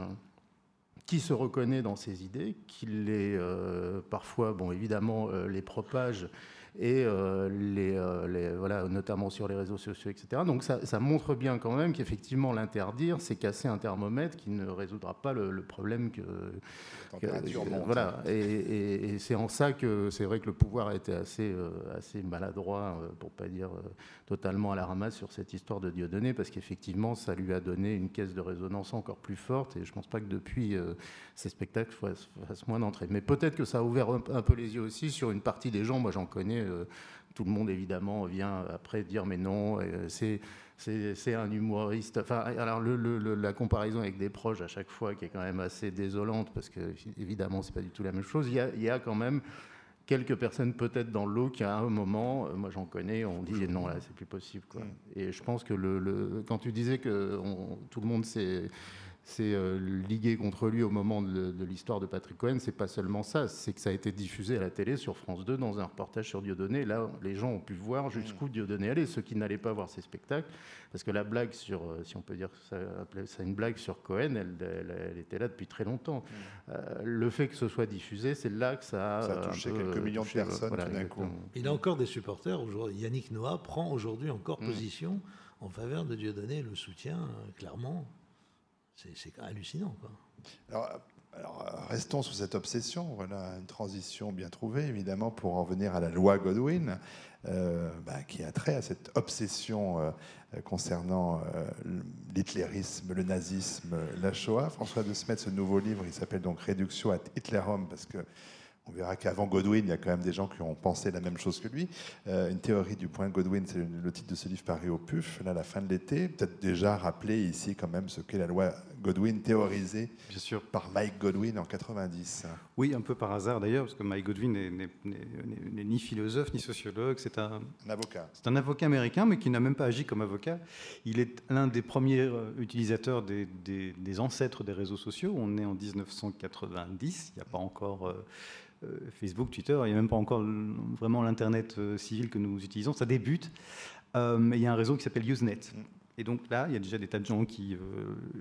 qui se reconnaît dans ses idées, qui les, euh, parfois, bon, évidemment, euh, les propage et euh, les, euh, les, voilà, notamment sur les réseaux sociaux, et cetera. Donc ça, ça montre bien quand même qu'effectivement l'interdire, c'est casser un thermomètre qui ne résoudra pas le, le problème que... que voilà. Et, et, et c'est en ça que c'est vrai que le pouvoir a été assez, euh, assez maladroit, euh, pour ne pas dire euh, totalement à la ramasse sur cette histoire de Dieudonné, parce qu'effectivement ça lui a donné une caisse de résonance encore plus forte, et je ne pense pas que depuis euh, ces spectacles fassent moins d'entrée. Mais peut-être que ça a ouvert un, un peu les yeux aussi sur une partie des gens, moi j'en connais. Euh, tout le monde, évidemment, vient après dire « mais non, c'est, c'est, c'est un humoriste ». Enfin, alors, le, le, la comparaison avec des proches, à chaque fois, qui est quand même assez désolante, parce que, évidemment, c'est pas du tout la même chose. Il y a, il y a quand même quelques personnes, peut-être, dans le lot, qui, à un moment, moi j'en connais, on dit « non, là, c'est plus possible ». Quoi. Et je pense que le, le, quand tu disais que on, tout le monde s'est... c'est euh, ligué contre lui au moment de, de l'histoire de Patrick Cohen, c'est pas seulement ça, c'est que ça a été diffusé à la télé sur France deux dans un reportage sur Dieudonné. Là, les gens ont pu voir jusqu'où Dieudonné allait, ceux qui n'allaient pas voir ces spectacles, parce que la blague sur, si on peut dire ça, ça une blague sur Cohen, elle, elle, elle était là depuis très longtemps. Mmh. Euh, le fait que ce soit diffusé, c'est là que ça a, ça a touché peu, quelques millions touché, de personnes voilà, tout d'un coup. Il a encore des supporters aujourd'hui. Yannick Noah prend aujourd'hui encore mmh. position en faveur de Dieudonné, le soutien clairement. C'est, c'est hallucinant, quoi. Alors, alors, restons sur cette obsession. Voilà, une transition bien trouvée, évidemment, pour en venir à la loi Godwin, euh, bah, qui a trait à cette obsession euh, concernant euh, l'hitlérisme, le nazisme, la Shoah. François de Smet, ce nouveau livre, il s'appelle donc Réductio ad Hitlerum, parce que on verra qu'avant Godwin, il y a quand même des gens qui ont pensé la même chose que lui. Euh, une théorie du point Godwin, c'est le, le titre de ce livre paru au P U F, là, à la fin de l'été. Peut-être déjà rappeler ici quand même ce qu'est la loi Godwin, théorisée Bien sûr. par Mike Godwin en quatre-vingt-dix. Oui, un peu par hasard d'ailleurs, parce que Mike Godwin n'est, n'est, n'est, n'est ni philosophe ni sociologue, c'est un, un avocat. C'est un avocat américain, mais qui n'a même pas agi comme avocat. Il est l'un des premiers utilisateurs des, des, des ancêtres des réseaux sociaux. On est en dix-neuf cent quatre-vingt-dix, il n'y a pas encore... Euh, Euh, Facebook, Twitter, il n'y a même pas encore vraiment l'Internet euh, civil que nous utilisons, ça débute. Euh, mais il y a un réseau qui s'appelle Usenet. Et donc là, il y a déjà des tas de gens qui, euh,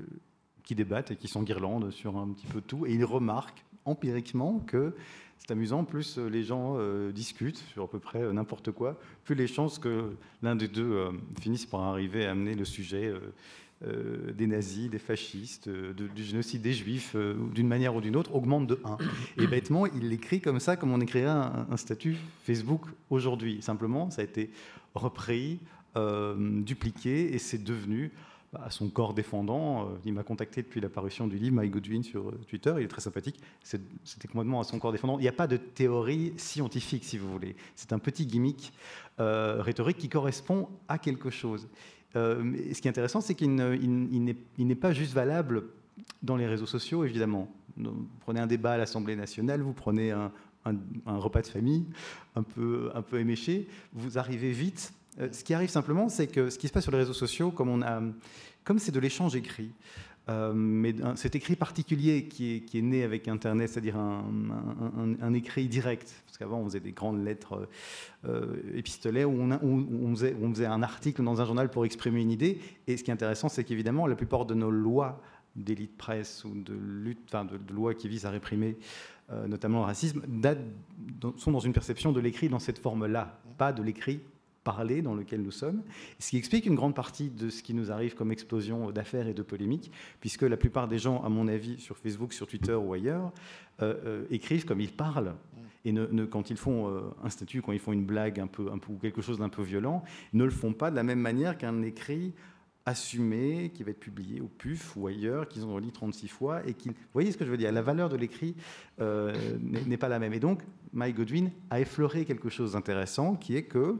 qui débattent et qui s'enguirlandent sur un petit peu tout. Et ils remarquent empiriquement que c'est amusant, plus les gens euh, discutent sur à peu près euh, n'importe quoi, plus les chances que l'un des deux euh, finisse par arriver à amener le sujet euh, Euh, des nazis, des fascistes, euh, de, du génocide des juifs, euh, d'une manière ou d'une autre, augmente de un. Et bêtement, il l'écrit comme ça, comme on écrirait un, un statut Facebook aujourd'hui. Simplement, ça a été repris, euh, dupliqué, et c'est devenu, bah, à son corps défendant, euh, il m'a contacté depuis la parution du livre, Mike Godwin, sur euh, Twitter, il est très sympathique, c'est, c'était complètement à son corps défendant. Il n'y a pas de théorie scientifique, si vous voulez. C'est un petit gimmick euh, rhétorique qui correspond à quelque chose. Euh, ce qui est intéressant, c'est qu'il ne, il, il n'est, il n'est pas juste valable dans les réseaux sociaux, évidemment. Vous prenez un débat à l'Assemblée nationale, vous prenez un, un, un repas de famille un peu, un peu éméché, vous arrivez vite. Euh, ce qui arrive simplement, c'est que ce qui se passe sur les réseaux sociaux, comme, on a, comme c'est de l'échange écrit, euh, mais un, cet écrit particulier qui est, qui est né avec Internet, c'est-à-dire un, un, un, un écrit direct, parce qu'avant on faisait des grandes lettres euh, épistolaires où on, a, où, on faisait, où on faisait un article dans un journal pour exprimer une idée. Et ce qui est intéressant, c'est qu'évidemment la plupart de nos lois d'élite presse ou de lutte, enfin de, de lois qui visent à réprimer euh, notamment le racisme, datent, sont dans une perception de l'écrit dans cette forme-là, pas de l'écrit parler dans lequel nous sommes, ce qui explique une grande partie de ce qui nous arrive comme explosion d'affaires et de polémiques, puisque la plupart des gens, à mon avis, sur Facebook, sur Twitter ou ailleurs, euh, euh, écrivent comme ils parlent. Et ne, ne, quand ils font euh, un statut, quand ils font une blague un peu, un peu, ou quelque chose d'un peu violent, ne le font pas de la même manière qu'un écrit assumé, qui va être publié au P U F ou ailleurs, qu'ils ont relu trente-six fois, et qui, vous voyez ce que je veux dire, la valeur de l'écrit euh, n'est pas la même. Et donc, Mike Godwin a effleuré quelque chose d'intéressant, qui est que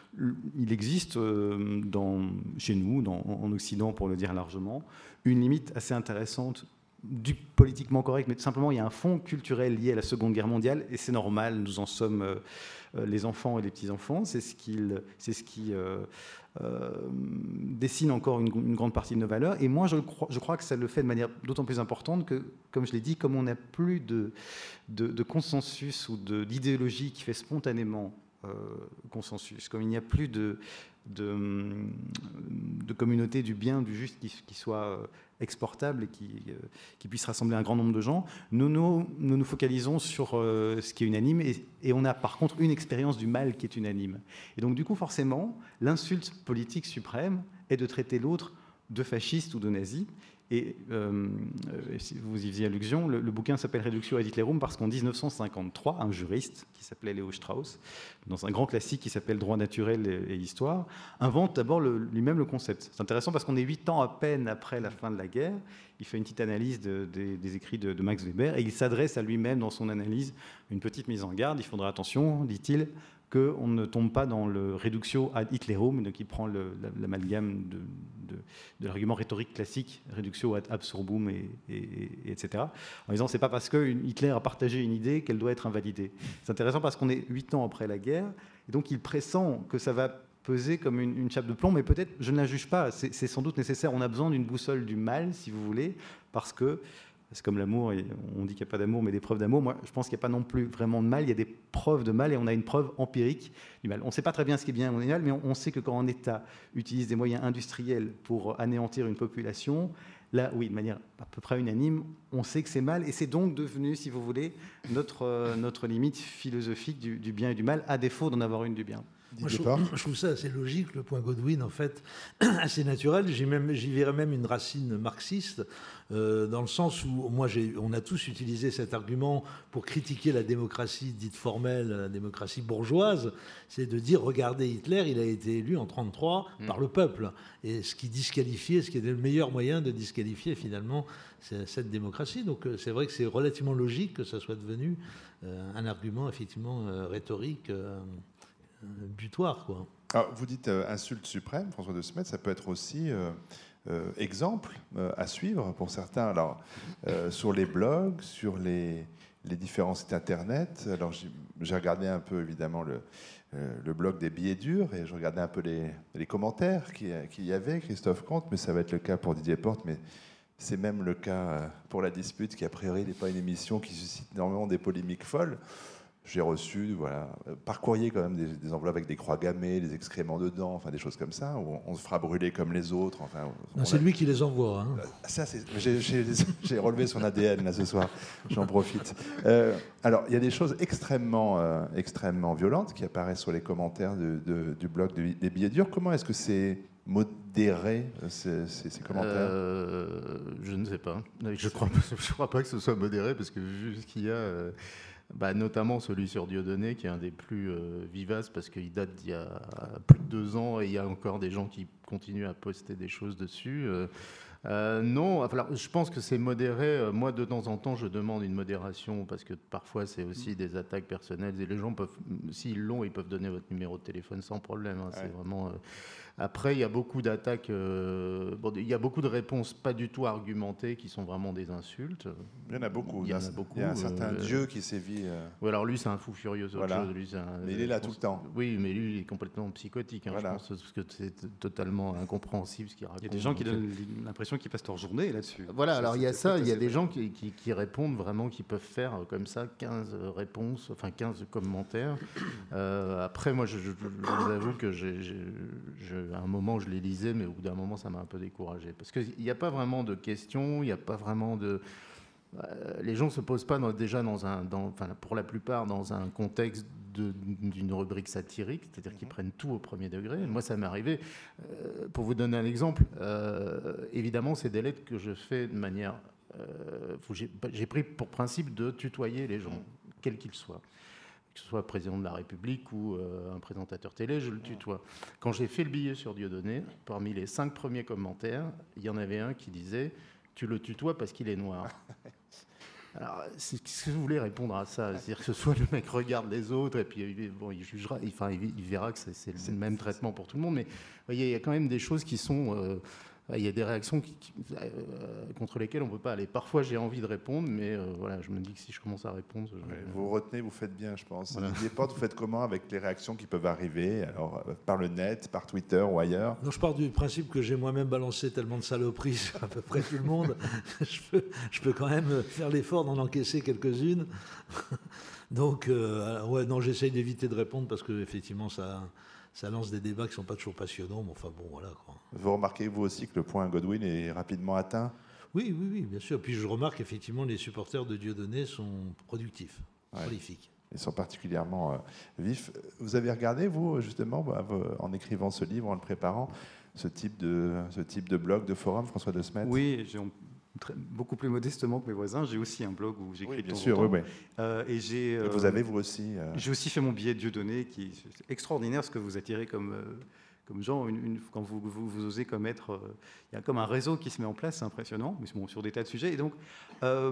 il existe euh, dans, chez nous, dans, en Occident, pour le dire largement, une limite assez intéressante du politiquement correct, mais tout simplement, il y a un fond culturel lié à la Seconde Guerre mondiale, et c'est normal, nous en sommes euh, les enfants et les petits-enfants, c'est ce, qu'il, c'est ce qui euh, euh, dessine encore une, une grande partie de nos valeurs, et moi, je crois, je crois que ça le fait de manière d'autant plus importante que, comme je l'ai dit, comme on n'a plus de, de, de consensus ou de, d'idéologie qui fait spontanément euh, consensus, comme il n'y a plus de, de, de communauté du bien, du juste qui, qui soit exportable et qui, euh, qui puisse rassembler un grand nombre de gens, nous nous, nous, nous focalisons sur euh, ce qui est unanime et, et on a par contre une expérience du mal qui est unanime. Et donc du coup forcément, l'insulte politique suprême est de traiter l'autre de fasciste ou de nazi. Et euh, si vous y faisiez allusion, le, le bouquin s'appelle Reductio ad Hitlerum parce qu'en dix-neuf cent cinquante-trois, un juriste qui s'appelait Léo Strauss, dans un grand classique qui s'appelle Droit naturel et, et histoire, invente d'abord le, lui-même le concept. C'est intéressant parce qu'on est huit ans à peine après la fin de la guerre. Il fait une petite analyse de, de, des écrits de, de Max Weber et il s'adresse à lui-même dans son analyse une petite mise en garde. Il faudra attention, dit-il, qu'on ne tombe pas dans le Reductio ad Hitlerum, donc il prend le, l'amalgame de, de, de l'argument rhétorique classique, Reductio ad absurdum, et, et, et, etc., en disant c'est pas parce que Hitler a partagé une idée qu'elle doit être invalidée. C'est intéressant parce qu'on est huit ans après la guerre, et donc il pressent que ça va peser comme une, une chape de plomb, mais peut-être, je ne la juge pas, c'est, c'est sans doute nécessaire, on a besoin d'une boussole du mal, si vous voulez, parce que c'est comme l'amour, et on dit qu'il n'y a pas d'amour, mais des preuves d'amour. Moi, je pense qu'il n'y a pas non plus vraiment de mal, il y a des preuves de mal, et on a une preuve empirique du mal. On ne sait pas très bien ce qui est bien ou mal, mais on sait que quand un État utilise des moyens industriels pour anéantir une population, là, oui, de manière à peu près unanime, on sait que c'est mal, et c'est donc devenu, si vous voulez, notre, euh, notre limite philosophique du, du bien et du mal, à défaut d'en avoir une du bien. Moi, je, trouve, je trouve ça assez logique, le point Godwin, en fait, assez naturel. J'y, même, j'y verrais même une racine marxiste, euh, dans le sens où, moi, j'ai, on a tous utilisé cet argument pour critiquer la démocratie dite formelle, la démocratie bourgeoise, c'est de dire, regardez, Hitler, il a été élu en trente-trois mmh. par le peuple, et ce qui disqualifiait, ce qui était le meilleur moyen de disqualifier, finalement, cette démocratie. Donc, c'est vrai que c'est relativement logique que ça soit devenu euh, un argument, effectivement, euh, rhétorique, euh, butoir, quoi. Alors, vous dites euh, insulte suprême, François de Smet, ça peut être aussi euh, euh, exemple euh, à suivre pour certains. Alors, euh, sur les blogs, sur les, les différents sites internet. Alors, j'ai, j'ai regardé un peu évidemment le, euh, le blog des billets durs et je regardais un peu les, les commentaires qu'il, qu'il y avait, Christophe Comte, mais ça va être le cas pour Didier Porte, mais c'est même le cas pour La Dispute, qui a priori n'est pas une émission qui suscite énormément des polémiques folles. J'ai reçu, voilà, par courrier quand même, des, des enveloppes avec des croix gammées, des excréments dedans, enfin des choses comme ça, où on, on se fera brûler comme les autres. Enfin, non, c'est a... lui qui les envoie. Hein. Ça, c'est... J'ai, j'ai, j'ai relevé son A D N là ce soir, j'en profite. Euh, alors, il y a des choses extrêmement, euh, extrêmement violentes qui apparaissent sur les commentaires de, de, du blog de, des billets durs. Comment est-ce que c'est modéré, ces, ces, ces commentaires euh, Je ne sais pas. Je ne crois, crois pas que ce soit modéré, parce que vu ce qu'il y a... Euh... Bah, notamment celui sur Dieudonné, qui est un des plus euh, vivaces, parce qu'il date d'il y a plus de deux ans et il y a encore des gens qui continuent à poster des choses dessus. Euh, euh, non, alors, je pense que c'est modéré. Moi, de temps en temps, je demande une modération, parce que parfois, c'est aussi des attaques personnelles. Et les gens peuvent, s'ils l'ont, ils peuvent donner votre numéro de téléphone sans problème. Hein, ouais. C'est vraiment... Euh... Après, il y a beaucoup d'attaques, euh, bon, il y a beaucoup de réponses pas du tout argumentées qui sont vraiment des insultes. Il y en a beaucoup. Il y, en a beaucoup. Il y a un certain euh, Dieu qui sévit. Euh... Oui, alors lui, c'est un fou furieux. Voilà. Chose. Lui, c'est un, mais il est là tout le temps. Oui, mais lui, il est complètement psychotique. Hein, voilà. Je pense parce que c'est totalement incompréhensible ce qu'il raconte. Il y a des gens qui donnent l'impression qu'ils passent leur journée là-dessus. Voilà, ça, alors il y a ça, il y a des gens qui, qui, qui répondent vraiment, qui peuvent faire comme ça quinze réponses, enfin quinze commentaires. Euh, après, moi, je, je, je vous avoue que j'ai, j'ai, je, à un moment, je les lisais, mais au bout d'un moment, ça m'a un peu découragé. Parce qu'il n'y a pas vraiment de questions, il n'y a pas vraiment de... Euh, les gens ne se posent pas dans, déjà, dans un, dans, enfin, pour la plupart, dans un contexte de, d'une rubrique satirique, c'est-à-dire qu'ils prennent tout au premier degré. Moi, ça m'est arrivé. Euh, pour vous donner un exemple, euh, évidemment, c'est des lettres que je fais de manière... Euh, j'ai, j'ai pris pour principe de tutoyer les gens, quels qu'ils soient. Que ce soit président de la République ou euh, un présentateur télé, je le tutoie. Quand j'ai fait le billet sur Dieudonné, parmi les cinq premiers commentaires, il y en avait un qui disait « Tu le tutoies parce qu'il est noir ». Alors, qu'est-ce que vous voulez répondre à ça? C'est-à-dire que ce soit le mec regarde les autres et puis bon, il jugera, enfin, il verra que c'est, c'est le même traitement pour tout le monde. Mais vous voyez, il y a quand même des choses qui sont... Euh, il y a des réactions qui, qui, euh, contre lesquelles on ne peut pas aller. Parfois, j'ai envie de répondre, mais euh, voilà, je me dis que si je commence à répondre... Je... Ouais, vous retenez, vous faites bien, je pense. Voilà. Didier Porte, vous faites comment avec les réactions qui peuvent arriver, alors, par le net, par Twitter ou ailleurs? Non, je pars du principe que j'ai moi-même balancé tellement de saloperies sur à peu près tout le monde. je, peux, je peux quand même faire l'effort d'en encaisser quelques-unes. Donc, euh, ouais, non, j'essaye d'éviter de répondre parce qu'effectivement, ça... ça lance des débats qui ne sont pas toujours passionnants, mais enfin bon, voilà, quoi. Vous remarquez, vous aussi, que le point Godwin est rapidement atteint? Oui, oui, oui, bien sûr. Puis je remarque effectivement les supporters de Dieudonné sont productifs, ouais. prolifiques. Ils sont particulièrement euh, vifs. Vous avez regardé, vous, justement, en écrivant ce livre, en le préparant, ce type de, ce type de blog, de forum, François De Smet? Oui, j'ai... Très, beaucoup plus modestement que mes voisins, j'ai aussi un blog où j'écris oui, bien de temps sûr, en temps. oui, oui. Euh, et j'ai, euh, vous avez, vous aussi euh... J'ai aussi fait mon billet de Dieudonné, qui est extraordinaire ce que vous attirez comme, euh, comme gens. Une, une, quand vous, vous, vous osez commettre... Euh, il y a comme un réseau qui se met en place, c'est impressionnant, mais bon, sur des tas de sujets. Et donc, euh,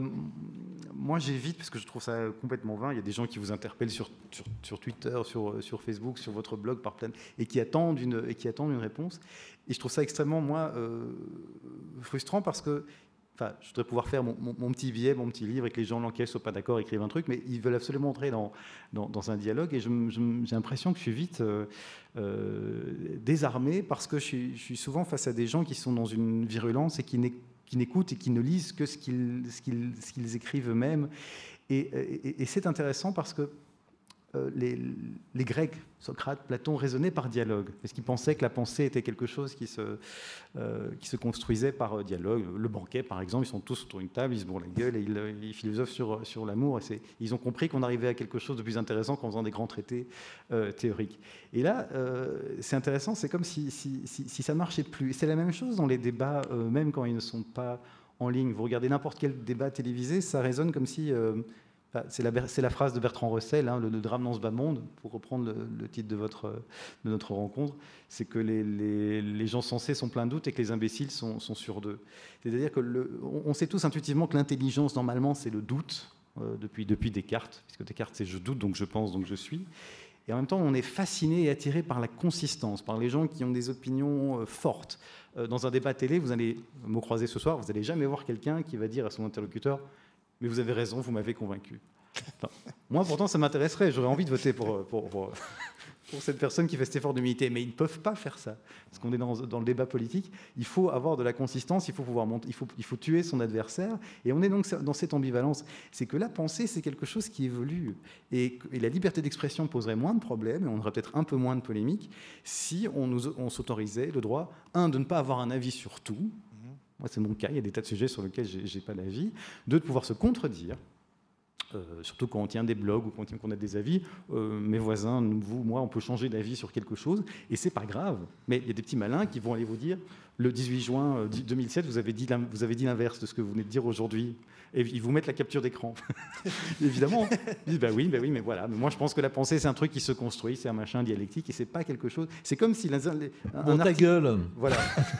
moi, j'évite, parce que je trouve ça complètement vain. Il y a des gens qui vous interpellent sur, sur, sur Twitter, sur, sur Facebook, sur votre blog, par plein, et qui attendent une, et qui attendent une réponse. Et je trouve ça extrêmement, moi, euh, frustrant, parce que Enfin, je voudrais pouvoir faire mon, mon, mon petit billet, mon petit livre, et que les gens l'encaissent, ne soient pas d'accord, écrivent un truc, mais ils veulent absolument entrer dans, dans, dans un dialogue. Et je, je, j'ai l'impression que je suis vite euh, euh, désarmé parce que je suis, je suis souvent face à des gens qui sont dans une virulence et qui, qui n'écoutent et qui ne lisent que ce qu'ils, ce qu'ils, ce qu'ils écrivent eux-mêmes. Et, et, et c'est intéressant parce que euh, les, les Grecs, Socrate, Platon, raisonnaient par dialogue, parce qu'ils pensaient que la pensée était quelque chose qui se, euh, qui se construisait par dialogue. Le banquet, par exemple, ils sont tous autour d'une table, ils se bourrent la gueule et ils, ils philosophent sur, sur l'amour. Et c'est, ils ont compris qu'on arrivait à quelque chose de plus intéressant qu'en faisant des grands traités euh, théoriques. Et là, euh, c'est intéressant, c'est comme si, si, si, si ça ne marchait plus. Et c'est la même chose dans les débats, euh, même quand ils ne sont pas en ligne. Vous regardez n'importe quel débat télévisé, ça résonne comme si... Euh, C'est la, c'est la phrase de Bertrand Russell, hein, le, le drame dans ce bas monde, pour reprendre le, le titre de, votre, de notre rencontre, c'est que les, les, les gens sensés sont pleins de doutes et que les imbéciles sont, sont sûrs d'eux. C'est-à-dire que le, on sait tous intuitivement que l'intelligence, normalement, c'est le doute, euh, depuis, depuis Descartes, puisque Descartes, c'est « je doute, donc je pense, donc je suis ». Et en même temps, on est fasciné et attiré par la consistance, par les gens qui ont des opinions euh, fortes. Euh, dans un débat télé, vous allez, mot croisé ce soir, vous n'allez jamais voir quelqu'un qui va dire à son interlocuteur « mais vous avez raison, vous m'avez convaincu ». Enfin, moi, pourtant, ça m'intéresserait. J'aurais envie de voter pour, pour, pour, pour cette personne qui fait cet effort d'humilité. Mais ils ne peuvent pas faire ça. Parce qu'on est dans, dans le débat politique. Il faut avoir de la consistance, il faut pouvoir monter, il faut, il faut tuer son adversaire. Et on est donc dans cette ambivalence. C'est que la pensée, c'est quelque chose qui évolue. Et, et la liberté d'expression poserait moins de problèmes, et on aurait peut-être un peu moins de polémiques, si on, nous, on s'autorisait le droit, un, de ne pas avoir un avis sur tout. Moi, c'est mon cas. Il y a des tas de sujets sur lesquels je n'ai pas d'avis. Deux, de pouvoir se contredire. Euh, surtout quand on tient des blogs ou quand on a des avis, euh, mes voisins, nous, vous, moi, on peut changer d'avis sur quelque chose et c'est pas grave. Mais il y a des petits malins qui vont aller vous dire le dix-huit juin deux mille sept, vous avez dit, vous avez dit l'inverse de ce que vous venez de dire aujourd'hui. Et ils vous mettent la capture d'écran. Évidemment. Ils disent bah oui, bah oui, mais voilà. Mais moi, je pense que la pensée, c'est un truc qui se construit, c'est un machin dialectique et c'est pas quelque chose. C'est comme si les, un, bon, ta gueule. Voilà.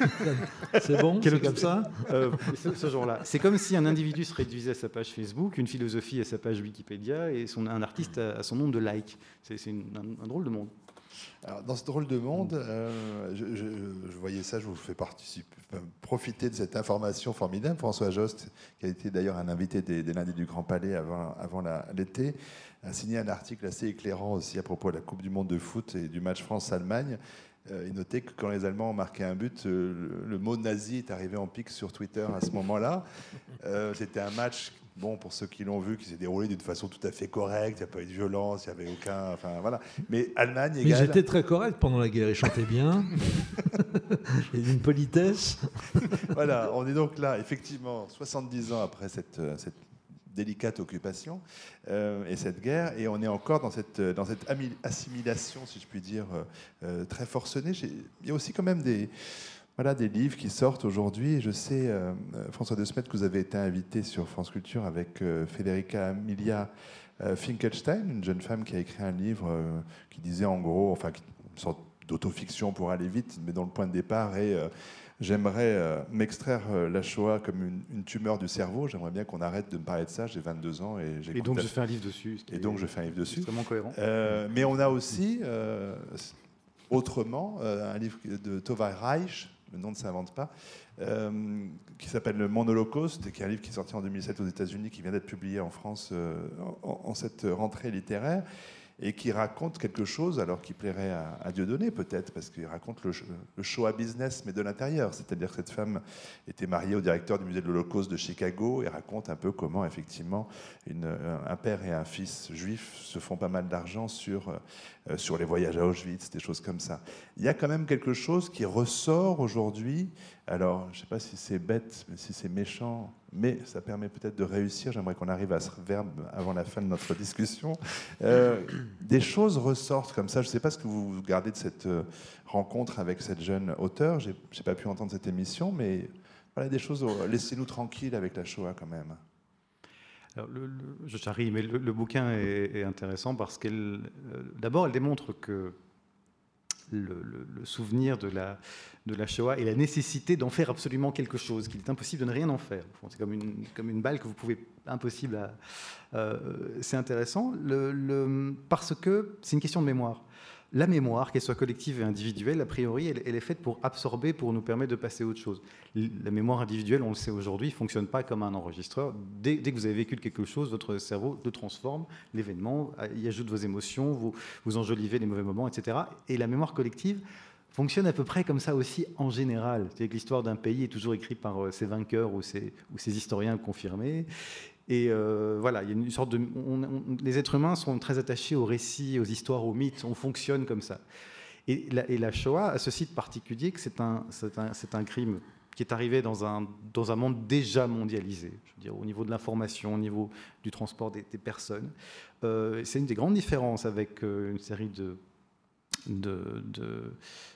C'est bon. C'est comme ça. Euh, ce, ce genre-là. C'est comme si un individu se réduisait à sa page Facebook, une philosophie à sa page Wikipédia et son, un artiste à, à son nombre de likes. C'est, c'est une, un, un drôle de monde. Alors, dans ce drôle de monde, euh, je, je, je voyais ça, je vous fais participer, profiter de cette information formidable. François Jost, qui a été d'ailleurs un invité des, des Lundis du Grand Palais avant, avant la, l'été, a signé un article assez éclairant aussi à propos de la Coupe du Monde de foot et du match France-Allemagne. Euh, il notait que quand les Allemands ont marqué un but, euh, le, le mot nazi est arrivé en pic sur Twitter à ce moment-là. Euh, c'était un match... Bon, pour ceux qui l'ont vu, qui s'est déroulé d'une façon tout à fait correcte, il n'y a pas eu de violence, il n'y avait aucun... Enfin, voilà. Mais Allemagne égale... Mais ils étaient très corrects pendant la guerre, ils chantaient bien. Il y a une politesse. Voilà, on est donc là, effectivement, soixante-dix ans après cette, cette délicate occupation euh, et cette guerre, et on est encore dans cette, dans cette assimilation, si je puis dire, euh, très forcenée. Il y a aussi quand même des, voilà, des livres qui sortent aujourd'hui. Je sais, euh, François De Smet, que vous avez été invité sur France Culture avec euh, Federica Amelia euh, Finkelstein, une jeune femme qui a écrit un livre euh, qui disait en gros, enfin, une sorte d'autofiction pour aller vite, mais dont le point de départ est... Euh, J'aimerais euh, m'extraire euh, la Shoah comme une, une tumeur du cerveau. J'aimerais bien qu'on arrête de me parler de ça. J'ai vingt-deux ans et j'ai. Et donc je fais un livre dessus. Et donc je fais un livre dessus. Extrêmement cohérent. Euh, mais on a aussi euh, autrement euh, un livre de Tova Reich, le nom ne s'invente pas, euh, qui s'appelle Le Mon Holocauste, et qui est un livre qui est sorti en deux mille sept aux États-Unis, qui vient d'être publié en France euh, en, en cette rentrée littéraire. Et qui raconte quelque chose, alors qui plairait à, à Dieudonné peut-être, parce qu'il raconte le, le Shoah business, mais de l'intérieur. C'est-à-dire que cette femme était mariée au directeur du musée de l'Holocauste de Chicago et raconte un peu comment, effectivement, une, un père et un fils juifs se font pas mal d'argent sur, euh, sur les voyages à Auschwitz, des choses comme ça. Il y a quand même quelque chose qui ressort aujourd'hui. Alors, je ne sais pas si c'est bête, si c'est méchant, mais ça permet peut-être de réussir. J'aimerais qu'on arrive à ce verbe avant la fin de notre discussion. Euh, des choses ressortent comme ça. Je ne sais pas ce que vous gardez de cette rencontre avec cette jeune auteure. Je n'ai pas pu entendre cette émission, mais voilà des choses. Laissez-nous tranquilles avec la Shoah quand même. Alors, le, le, je charrie, mais le, le bouquin est, est intéressant parce qu'elle, euh, d'abord, elle démontre que le, le, le souvenir de la, de la Shoah et la nécessité d'en faire absolument quelque chose, qu'il est impossible de ne rien en faire. C'est comme une, comme une balle que vous pouvez impossible à. Euh, c'est intéressant le, le, parce que c'est une question de mémoire. La mémoire, qu'elle soit collective et individuelle, a priori, elle, elle est faite pour absorber, pour nous permettre de passer à autre chose. La mémoire individuelle, on le sait aujourd'hui, ne fonctionne pas comme un enregistreur. Dès, dès que vous avez vécu quelque chose, votre cerveau le transforme, l'événement, y ajoute vos émotions, vous, vous enjolivez les mauvais moments, et cetera. Et la mémoire collective fonctionne à peu près comme ça aussi en général. C'est que l'histoire d'un pays est toujours écrite par ses vainqueurs ou ses, ou ses historiens confirmés. Et euh, voilà, il y a une sorte de. On, on, les êtres humains sont très attachés aux récits, aux histoires, aux mythes. On fonctionne comme ça. Et la, et la Shoah a ce site particulier que c'est un, c'est un, c'est un crime qui est arrivé dans un, dans un monde déjà mondialisé. Je veux dire, au niveau de l'information, au niveau du transport des, des personnes. Euh, c'est une des grandes différences avec euh, une série de. de, de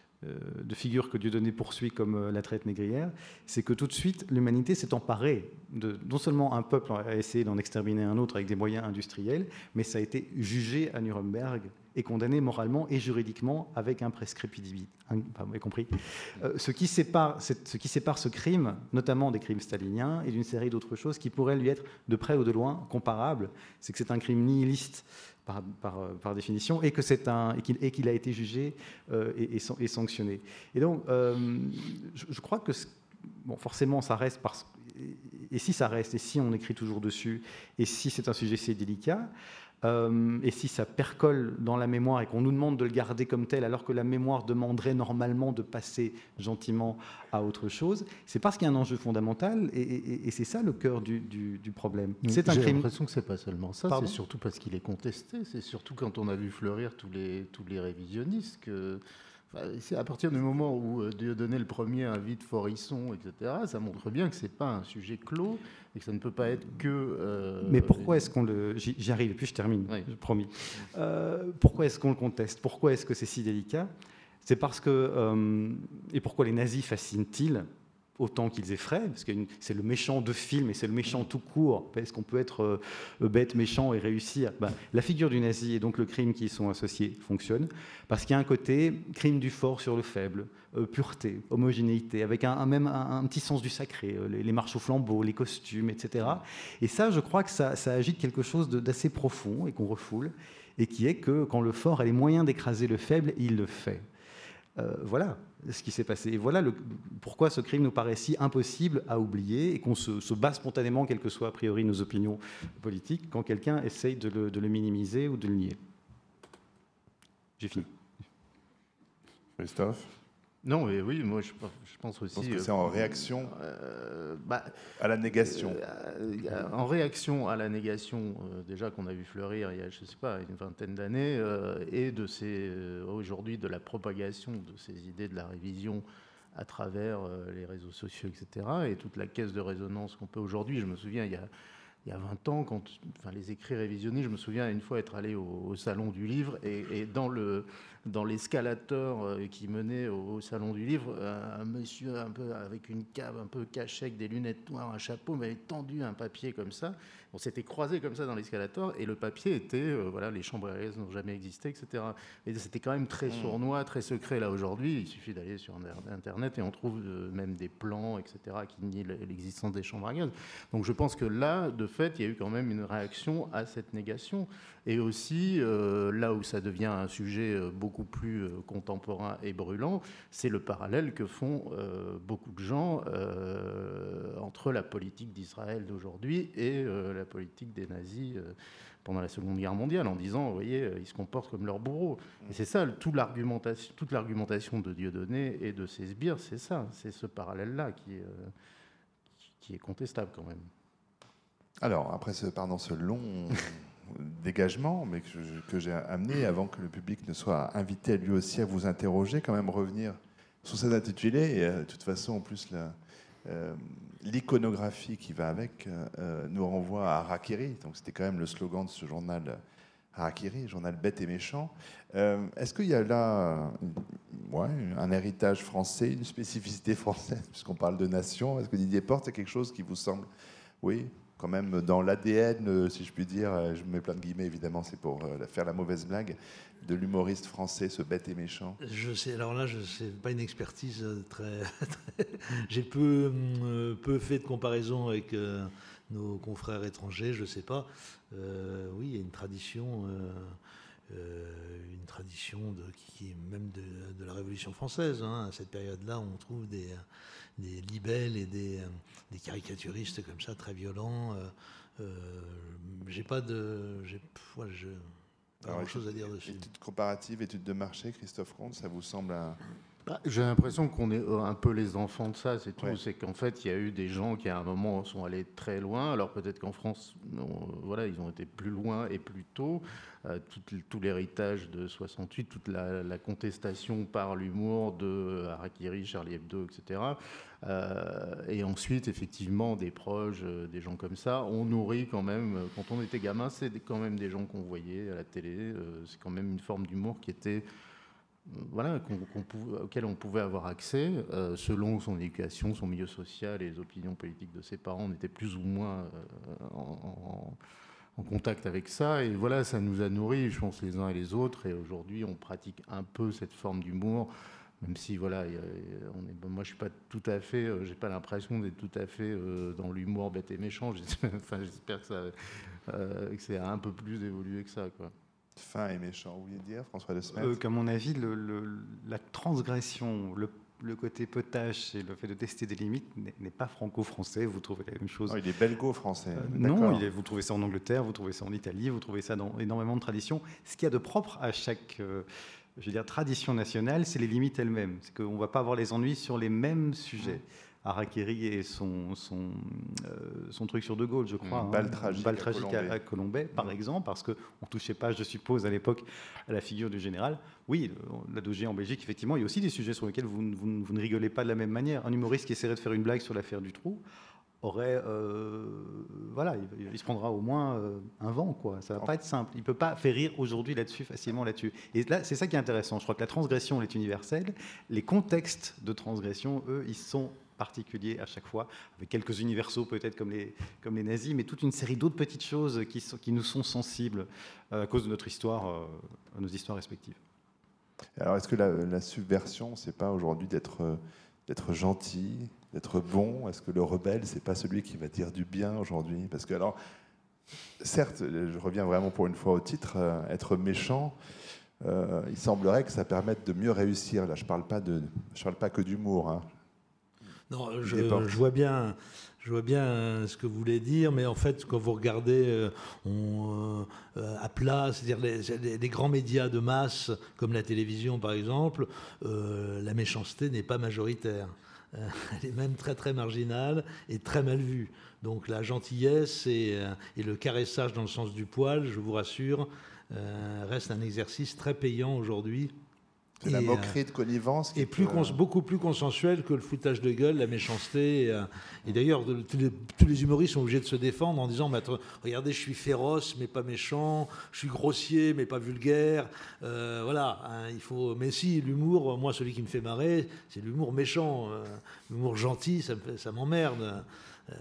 de figures que Dieudonné poursuit comme la traite négrière, c'est que tout de suite, l'humanité s'est emparée de non seulement un peuple a essayé d'en exterminer un autre avec des moyens industriels, mais ça a été jugé à Nuremberg et condamné moralement et juridiquement avec imprescriptibilité. Enfin, vous avez compris. Euh, ce, qui sépare, ce qui sépare ce crime, notamment des crimes staliniens et d'une série d'autres choses qui pourraient lui être de près ou de loin comparables, c'est que c'est un crime nihiliste Par, par, par définition, et que c'est un et qu'il, et qu'il a été jugé euh, et, et, et sanctionné. Et donc, euh, je, je crois que bon, forcément, ça reste parce et, et si ça reste, et si on écrit toujours dessus, et si c'est un sujet si délicat. Euh, et si ça percole dans la mémoire et qu'on nous demande de le garder comme tel, alors que la mémoire demanderait normalement de passer gentiment à autre chose, c'est parce qu'il y a un enjeu fondamental, et, et, et c'est ça le cœur du, du, du problème. C'est un J'ai crime... l'impression que c'est pas seulement ça, Pardon c'est surtout parce qu'il est contesté, c'est surtout quand on a vu fleurir tous les, tous les révisionnistes que... Enfin, c'est à partir du moment où Dieudonné le premier invite Forisson, et cetera, ça montre bien que c'est pas un sujet clos et que ça ne peut pas être que... Euh, Mais pourquoi est-ce qu'on le... J'y arrive, et puis je termine, oui. Promis. Euh, pourquoi est-ce qu'on le conteste? Pourquoi est-ce que c'est si délicat? C'est parce que... Euh, et pourquoi les nazis fascinent-ils autant qu'ils effraient, parce que c'est le méchant de film et c'est le méchant tout court. Est-ce qu'on peut être euh, bête, méchant et réussir? Ben, la figure du nazi et donc le crime qui y sont associés fonctionne, parce qu'il y a un côté crime du fort sur le faible, euh, pureté, homogénéité, avec un, un même un, un petit sens du sacré, euh, les, les marches au flambeau, les costumes, et cetera. Et ça, je crois que ça, ça agite quelque chose de, d'assez profond et qu'on refoule, et qui est que quand le fort a les moyens d'écraser le faible, il le fait. Euh, voilà ce qui s'est passé. Et voilà le, pourquoi ce crime nous paraît si impossible à oublier et qu'on se, se bat spontanément, quelles que soient a priori nos opinions politiques, quand quelqu'un essaye de le, de le minimiser ou de le nier. J'ai fini. Christophe? Non, mais oui, moi je, je pense aussi... Je pense que c'est en réaction euh, bah, à la négation. Euh, en réaction à la négation, euh, déjà qu'on a vu fleurir il y a, je sais pas, une vingtaine d'années, euh, et de ces, euh, aujourd'hui de la propagation de ces idées de la révision à travers euh, les réseaux sociaux, et cetera, et toute la caisse de résonance qu'on peut aujourd'hui. Je me souviens, il y a il y a vingt ans, quand enfin, les écrits révisionnés, je me souviens une fois être allé au, au Salon du Livre et, et dans, le, dans l'escalator qui menait au, au Salon du Livre, un monsieur un peu avec une cave un peu cachée, avec des lunettes noires, un chapeau, m'avait tendu un papier comme ça. On s'était croisés comme ça dans l'escalator et le papier était, euh, voilà, les chambres aériennes n'ont jamais existé, et cetera. Et c'était quand même très sournois, très secret. Là, aujourd'hui, il suffit d'aller sur Internet et on trouve euh, même des plans, et cetera, qui nient l'existence des chambres à gaz. Donc je pense que là, de fait, il y a eu quand même une réaction à cette négation. Et aussi, euh, là où ça devient un sujet beaucoup plus euh, contemporain et brûlant, c'est le parallèle que font euh, beaucoup de gens euh, entre la politique d'Israël d'aujourd'hui et euh, la politique des nazis euh, pendant la Seconde Guerre mondiale, en disant, vous voyez, ils se comportent comme leurs bourreaux. Et c'est ça, tout l'argumentation, toute l'argumentation de Dieudonné et de ses sbires, c'est ça, c'est ce parallèle-là qui est, euh, qui est contestable quand même. Alors, après ce, pardon, ce long dégagement, mais que, que j'ai amené, avant que le public ne soit invité lui aussi à vous interroger, quand même revenir sur cet intitulé, et euh, de toute façon, en plus, la, euh, l'iconographie qui va avec euh, nous renvoie à Harakiri, donc c'était quand même le slogan de ce journal Harakiri, journal bête et méchant. Euh, est-ce qu'il y a là ouais, un héritage français, une spécificité française, puisqu'on parle de nation? Est-ce que Didier Porte, c'est quelque chose qui vous semble, oui, quand même dans l'A D N, si je puis dire, je mets plein de guillemets évidemment, c'est pour faire la mauvaise blague, de l'humoriste français, ce bête et méchant? Je sais, alors là, je sais pas une expertise très. très j'ai peu, peu fait de comparaison avec euh, nos confrères étrangers, je sais pas. Euh, oui, il y a une tradition, euh, euh, une tradition de, qui est même de, de la Révolution française. Hein. À cette période-là, on trouve des. des libelles et des, des caricaturistes comme ça, très violents. Euh, euh, j'ai pas de... J'ai, ouais, je, pas grand-chose à dire dessus. Études comparatives, études de marché, Christophe Comte, ça vous semble un... J'ai l'impression qu'on est un peu les enfants de ça, c'est tout. Ouais. C'est qu'en fait, il y a eu des gens qui, à un moment, sont allés très loin. Alors peut-être qu'en France, on, voilà, ils ont été plus loin et plus tôt. Euh, tout, tout l'héritage de soixante-huit, toute la, la contestation par l'humour de Harakiri, Charlie Hebdo, et cetera. Euh, et ensuite, effectivement, des proches, euh, des gens comme ça, on nourrit quand même. Quand on était gamin, c'est quand même des gens qu'on voyait à la télé. Euh, c'est quand même une forme d'humour qui était... Voilà, qu'on, qu'on pouvait, auquel on pouvait avoir accès euh, selon son éducation, son milieu social et les opinions politiques de ses parents. On était plus ou moins euh, en, en, en contact avec ça. Et voilà, ça nous a nourris, je pense, les uns et les autres. Et aujourd'hui, on pratique un peu cette forme d'humour, même si, voilà, y a, on est, moi, je suis pas tout à fait, euh, j'ai pas l'impression d'être tout à fait euh, dans l'humour bête et méchant. J'espère, enfin, j'espère que ça, euh, que c'est un peu plus évolué que ça, quoi. Fin et méchant, vous vouliez dire, François de Smet? euh, Qu'à mon avis, le, le, la transgression, le, le côté potache et le fait de tester des limites n'est, n'est pas franco-français. Vous trouvez la même chose. Non, il est belgo-français. Euh, non, il est, vous trouvez ça en Angleterre, vous trouvez ça en Italie, vous trouvez ça dans énormément de traditions. Ce qu'il y a de propre à chaque euh, je veux dire, tradition nationale, c'est les limites elles-mêmes. C'est qu'on ne va pas avoir les ennuis sur les mêmes sujets. Harakiri et son, son, euh, son truc sur De Gaulle, je crois. Mmh, balle hein, tragique, balle à tragique Colombay. à, à Colombay, par mmh. exemple, parce qu'on ne touchait pas, je suppose, à l'époque, à la figure du général. Oui, la Doge en Belgique, effectivement, il y a aussi des sujets sur lesquels vous, vous, vous ne rigolez pas de la même manière. Un humoriste qui essaierait de faire une blague sur l'affaire du trou aurait, euh, voilà, il, il se prendra au moins euh, un vent, quoi. Ça va pas être simple. Il peut pas faire rire aujourd'hui là-dessus, facilement là-dessus. Et là, c'est ça qui est intéressant. Je crois que la transgression elle est universelle. Les contextes de transgression, eux, ils sont particuliers à chaque fois, avec quelques universaux peut-être comme les, comme les nazis, mais toute une série d'autres petites choses qui, sont, qui nous sont sensibles euh, à cause de notre histoire, euh, nos histoires respectives. Alors, est-ce que la, la subversion, c'est pas aujourd'hui d'être, euh, d'être gentil, d'être bon? Est-ce que le rebelle, c'est pas celui qui va dire du bien aujourd'hui? Parce que, alors, certes, je reviens vraiment pour une fois au titre, euh, être méchant, euh, il semblerait que ça permette de mieux réussir. Là, je parle pas de, je parle pas que d'humour, hein. Non, je, je vois bien, je vois bien ce que vous voulez dire, mais en fait, quand vous regardez euh, on, euh, à plat, c'est-à-dire les, les, les grands médias de masse, comme la télévision par exemple, euh, la méchanceté n'est pas majoritaire. Euh, elle est même très très marginale et très mal vue. Donc la gentillesse et, euh, et le caressage dans le sens du poil, je vous rassure, euh, reste un exercice très payant aujourd'hui. C'est la moquerie de connivence. Et plus peut... beaucoup plus consensuel que le foutage de gueule, la méchanceté. Et, et d'ailleurs, tous les, tous les humoristes sont obligés de se défendre en disant « Regardez, je suis féroce, mais pas méchant. Je suis grossier, mais pas vulgaire. Euh, » Voilà. Hein, il faut... Mais si, l'humour, moi, celui qui me fait marrer, c'est l'humour méchant. Euh, l'humour gentil, ça, me, ça m'emmerde. Euh,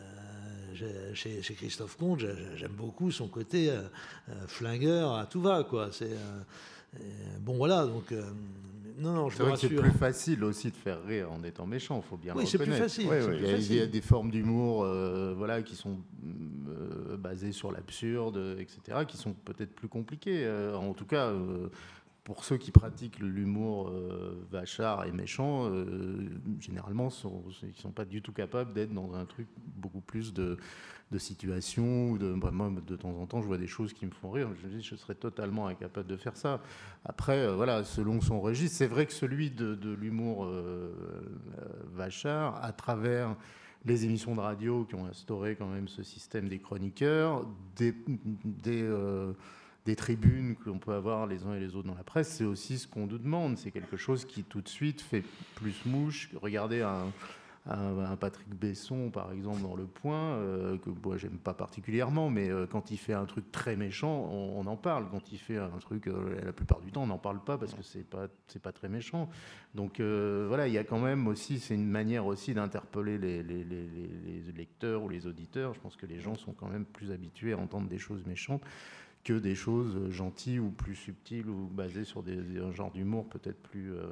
Chez, chez Christophe Comte, j'aime beaucoup son côté euh, flingueur à tout va, quoi. C'est... Euh, Bon voilà, donc euh, non, non, je c'est vous vrai rassure. que c'est plus facile aussi de faire rire en étant méchant, il faut bien oui, le c'est reconnaître. Plus facile, oui, c'est oui. plus Il, y a, facile. il y a des formes d'humour euh, voilà, qui sont euh, basées sur l'absurde, et cetera, qui sont peut-être plus compliquées. Euh, en tout cas, euh, pour ceux qui pratiquent l'humour euh, vachard et méchant, euh, généralement, sont, ils ne sont pas du tout capables d'être dans un truc beaucoup plus de... de situation, ou de, bah, moi, de temps en temps, je vois des choses qui me font rire. Je me dis, je serais totalement incapable de faire ça. Après, euh, voilà, selon son registre, c'est vrai que celui de, de l'humour euh, euh, vachard, à travers les émissions de radio qui ont instauré quand même ce système des chroniqueurs, des, des, euh, des tribunes que l'on peut avoir les uns et les autres dans la presse, c'est aussi ce qu'on nous demande. C'est quelque chose qui, tout de suite, fait plus mouche. Regardez un... un Patrick Besson, par exemple, dans Le Point, euh, que moi, j'aime pas particulièrement, mais euh, quand il fait un truc très méchant, on, on en parle. Quand il fait un truc, euh, la plupart du temps, on n'en parle pas parce que c'est pas, c'est pas très méchant. Donc euh, voilà, il y a quand même aussi, c'est une manière aussi d'interpeller les, les, les, les lecteurs ou les auditeurs. Je pense que les gens sont quand même plus habitués à entendre des choses méchantes que des choses gentilles ou plus subtiles ou basées sur des, un genre d'humour peut-être plus... Euh,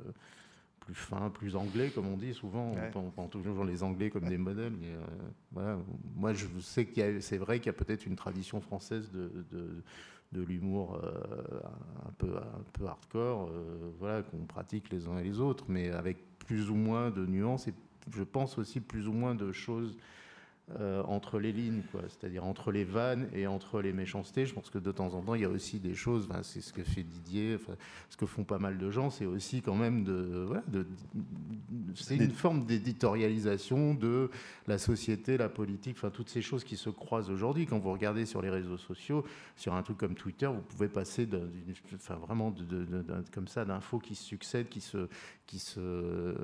plus fin, plus anglais, comme on dit souvent. Ouais. On, prend, on prend toujours les Anglais comme ouais. des modèles. Mais, euh, voilà. Moi, je sais qu'il y a, c'est vrai qu'il y a peut-être une tradition française de, de, de l'humour euh, un, peu, un peu hardcore, euh, voilà, qu'on pratique les uns et les autres, mais avec plus ou moins de nuances et je pense aussi plus ou moins de choses Euh, entre les lignes, quoi. C'est-à-dire entre les vannes et entre les méchancetés. Je pense que de temps en temps, il y a aussi des choses, enfin, c'est ce que fait Didier, enfin, ce que font pas mal de gens, c'est aussi quand même de... Voilà, de, de c'est une forme d'éditorialisation de la société, la politique, enfin, toutes ces choses qui se croisent aujourd'hui. Quand vous regardez sur les réseaux sociaux, sur un truc comme Twitter, vous pouvez passer de, de, enfin, vraiment de, de, de, de, comme ça d'infos qui se succèdent, qui se, qui se, euh,